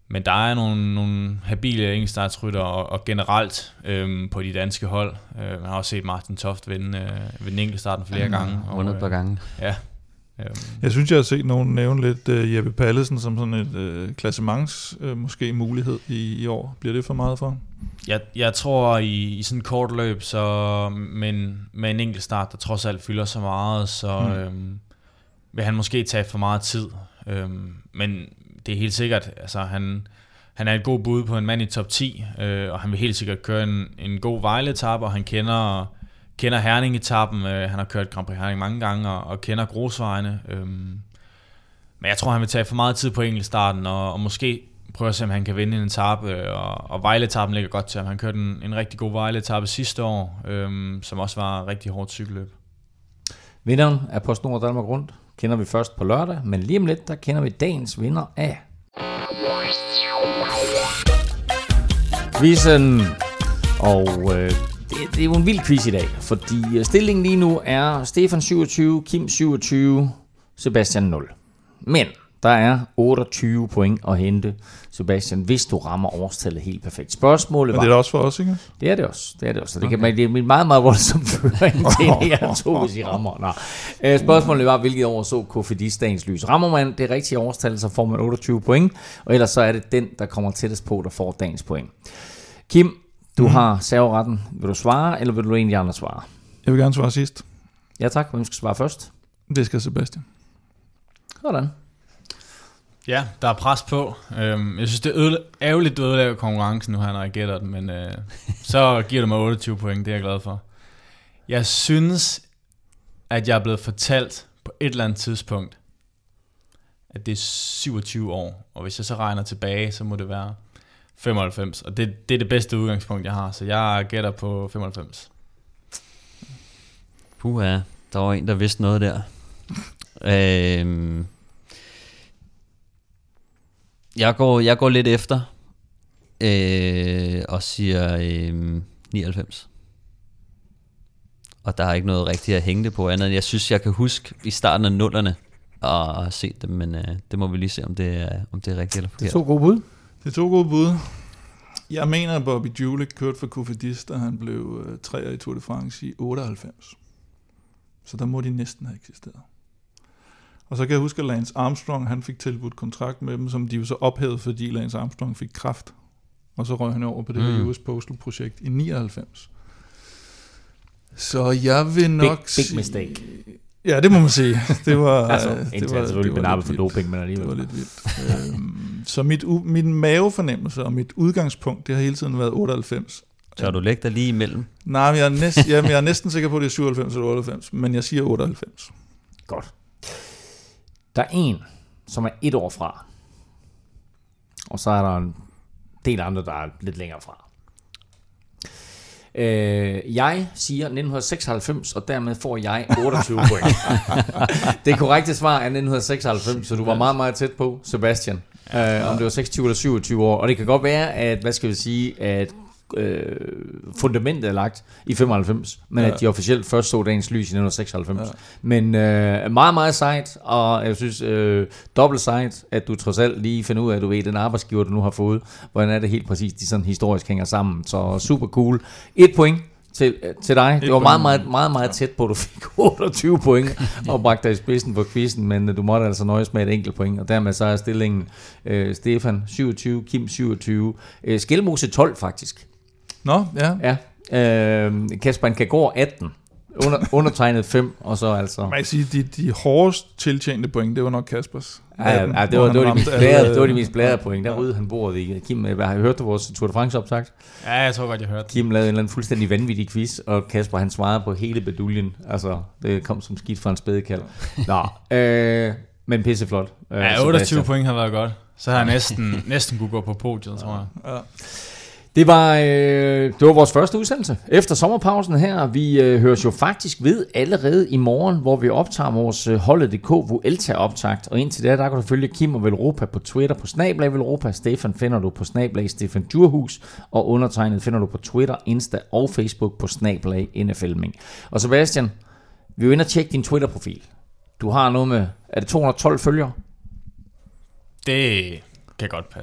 Men der er nogle, nogle habile enkeltstartsrytter og, og generelt øhm, på de danske hold. Øh, man har også set Martin Toft vinde øh, ved den enkeltstarten flere mm, gange. Vundet et par gange. Ja. Øhm. Jeg synes, jeg har set nogen nævne lidt uh, Jeppe Pallesen som sådan et uh, klassements uh, måske mulighed i, i år. Bliver det for meget for ham? Jeg, jeg tror i, i sådan et kort løb, så med en, med en enkelt start, der trods alt fylder så meget, så mm. øhm, vil han måske tage for meget tid. Øhm, men det er helt sikkert, altså han, han er et god bud på en mand i top ti, øh, og han vil helt sikkert køre en, en god Vejle-etape, og han kender, kender Herning-etappen. Øh, han har kørt Grand Prix Herning mange gange, og, og kender grusvejene. Øhm, men jeg tror, han vil tage for meget tid på enkeltstarten, og, og måske prøve at se, om han kan vinde en etape, og, og Vejle-etappen ligger godt til ham. Han kørte en, en rigtig god Vejle-etape sidste år, øhm, som også var rigtig hårdt cykelløb. Vinderen af PostNord Danmark Rundt kender vi først på lørdag, men lige om lidt, der kender vi dagens vinder af quizzen. Og øh, det, det er jo en vild quiz i dag, fordi stillingen lige nu er Stefan syvogtyve, Kim syvogtyve, Sebastian nul. Men der er otteogtyve point at hente, Sebastian, hvis du rammer årstallet helt perfekt. Spørgsmålet var... Men det er det også for os, ikke? Det er det også. Det er det også. Så det, okay. kan, det er en meget, meget voldsom føring til en her to, hvis I rammer. Nå. Spørgsmålet var, hvilket år så Kofidis dagens lys. Rammer man det rigtige årstal, så får man otteogtyve point, og ellers så er det den, der kommer tættest på, der får dagens point. Kim, du mm. har serveretten. Vil du svare, eller vil du egentlig andre svare? Jeg vil gerne svare sidst. Ja tak. Hvem skal svare først? Det skal Sebastian. Sådan. Ja, der er pres på. Øhm, jeg synes, det er ødele- ærgerligt, du ødelægger konkurrencen nu her, når jeg gætter den, men øh, så giver du mig otteogtyve point, det er jeg glad for. Jeg synes, at jeg er blevet fortalt på et eller andet tidspunkt, at det er syvogtyve år, og hvis jeg så regner tilbage, så må det være femoghalvfems, og det, det er det bedste udgangspunkt, jeg har, så jeg gætter på femoghalvfems. Puha, der var en, der vidste noget der. øhm... Jeg går, jeg går lidt efter øh, og siger øh, nioghalvfems. Og der er ikke noget rigtigt at hænge det på andet. Jeg synes, jeg kan huske i starten af nullerne og have set dem, men øh, det må vi lige se, om det er, om det er rigtigt eller forkert. Det er to gode bud. Det er to gode bud. Jeg mener, at Bobby Julich kørte for Cofidis, da han blev øh, treer i Tour de France i otteoghalvfems. Så der må de næsten have eksisteret. Og så kan jeg huske, at Lance Armstrong, han fik tilbudt kontrakt med dem, som de jo så ophævede, fordi Lance Armstrong fik kræft. Og så røg han over på det her mm. U S Postal-projekt i nioghalvfems. Så jeg vil nok big, big mistake. Ja, det må man sige. Det var, altså, det var, selvfølgelig benappet for doping, men alligevel. Det var lidt vildt. øhm, så mit, min mavefornemmelse og mit udgangspunkt, det har hele tiden været otteoghalvfems. Så du lægger dig lige imellem? Nej, jeg er, næst, jamen, jeg er næsten sikker på, at det er syvoghalvfems eller otteoghalvfems, men jeg siger otteoghalvfems. Godt. Der er en, som er et år fra, og så er der en del andre, der er lidt længere fra. Øh, jeg siger nitten seksoghalvfems, og dermed får jeg otteogtyve point. Det korrekte svar er nitten seksoghalvfems, så du var meget, meget tæt på, Sebastian. Øh, om det var seksogtyve eller syvogtyve år. Og det kan godt være, at, hvad skal vi sige, at øh, fundamentet er lagt i femoghalvfems, men ja. At de officielt først så dagens lys i nitten seksoghalvfems. Ja. Men øh, meget, meget sejt, og jeg synes øh, dobbelt sejt, at du trods alt lige finder ud af, at du ved, den arbejdsgiver, du nu har fået, hvordan er det helt præcis, de sådan historisk hænger sammen. Så super cool. Et point til, til dig. Det var meget, meget, meget, meget tæt på, at du fik otteogtyve point og bragte dig i spidsen på quizzen, men du måtte altså nøjes med et enkelt point, og dermed så er stillingen øh, Stefan syvogtyve, Kim syvogtyve, øh, Skelmose tolv faktisk. Nå, ja. Ja. Øh, Kasper Nkagor atten, under, undertegnet fem, og så altså... Man kan sige, de, de hårdest tiltjente point, det var nok Kaspers. Ja, ja, ja, det, var, det, var de mest blærede, det var de mest blærede point. Der rydde han bordet i. Kim, har I hørt du vores Tour de France optagt? Ja, jeg tror godt, jeg hørte. Kim lavede en eller anden fuldstændig vanvittig quiz, og Kasper han svarede på hele beduljen. Altså, det kom som skidt fra en spædekald. Nå, øh, men pisseflot. Øh, ja, otteogtyve point har været godt. Så har jeg næsten, næsten kunne gå på podiet, tror jeg. Ja. Det var, øh, det var vores første udsendelse efter sommerpausen her. Vi øh, høres jo faktisk ved allerede i morgen, hvor vi optager vores øh, holdet punktum d k Vuelta-optakt. Og indtil da, der kan du følge Kim og Velropa på Twitter på snablag Velropa. Stefan finder du på snablag Stefan Djurhus. Og undertegnet finder du på Twitter, Insta og Facebook på snablag N F L Ming. Og Sebastian, vi er jo inde og tjekke din Twitter-profil. Du har noget med, er det to hundrede og tolv følgere? Det kan godt passe.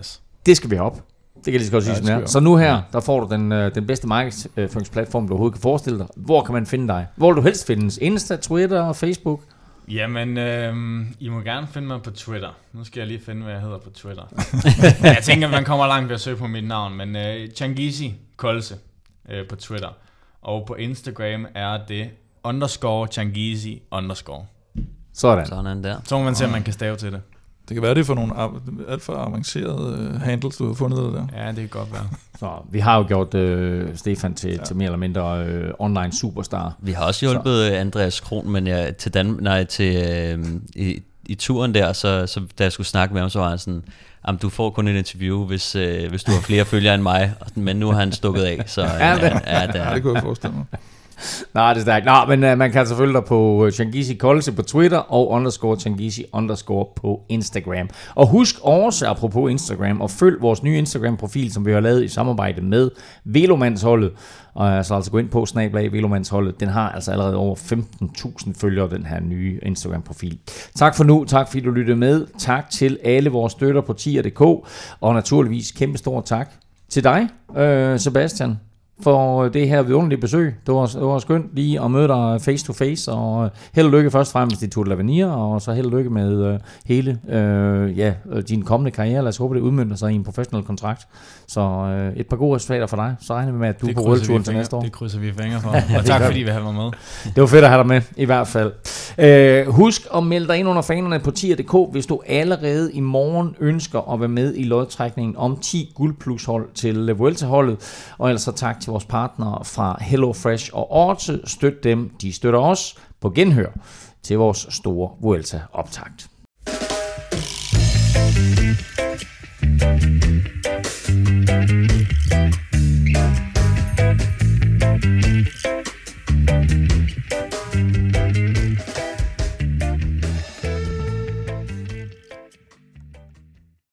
Det skal vi op. Det kan jeg lige så godt sige, Ja, som er. Så nu her, der får du den, den bedste markedsføringsplatform, du overhovedet kan forestille dig. Hvor kan man finde dig? Hvor vil du helst findes? Insta, Twitter og Facebook? Jamen, øh, I må gerne finde mig på Twitter. Nu skal jeg lige finde, hvad jeg hedder på Twitter. Jeg tænker, man kommer langt ved at søge på mit navn, men øh, Changizi Kolse øh, på Twitter. Og på Instagram er det underscore Changizi underscore. Sådan. Sådan der. Så må man se, om man kan stave til det. Det kan være, det er for nogle alt for avancerede uh, handles, du har fundet der. Ja, det kan godt være. Så vi har jo gjort øh, Stefan til, ja. til mere eller mindre øh, online superstar. Vi har også hjulpet så. Andreas Kron, men ja, til, Dan- nej, til øh, i, i turen der, så, så da jeg skulle snakke med ham, så var han sådan, jamen, du får kun et interview, hvis, øh, hvis du har flere følgere end mig, men nu har han stukket af. Så, øh, ja, det, ja, det, ja, det kunne jeg forestille mig. Nej, det er stærkt. Nå, men uh, man kan selvfølgelig dig på uh, Changizi Kolse på Twitter og underscore Changizi underscore på Instagram. Og husk også, apropos Instagram, og følg vores nye Instagram-profil, som vi har lavet i samarbejde med Velomandsholdet. Og så altså gå ind på snablag Velomandsholdet. Den har altså allerede over femten tusind følgere, den her nye Instagram-profil. Tak for nu. Tak fordi du lyttede med. Tak til alle vores støtter på tier punktum d k. Og naturligvis kæmpe stor tak til dig, øh, Sebastian, for det her vidunderlige besøg. Det var, det var skønt lige at møde dig face to face, og held og lykke først og fremmest i Tour de l'Avenir, og så held og lykke med øh, hele øh, ja, din kommende karriere. Lad os håbe, det udmønter sig i en professionel kontrakt. Så øh, et par gode resultater for dig. Så regner vi med, at du er på rulleturen til næste år. Det krydser vi fingre for. Og tak fordi vi havde mig med. Det var fedt at have dig med, i hvert fald. Øh, husk at melde dig ind under fanerne på tier punktum d k, hvis du allerede i morgen ønsker at være med i lodtrækningen om ti guldplushold til Vuelta-holdet. Og ellers så tak til vores partnere fra HelloFresh og Orte. Støt dem, de støtter os på genhør til vores store Vuelta-optakt.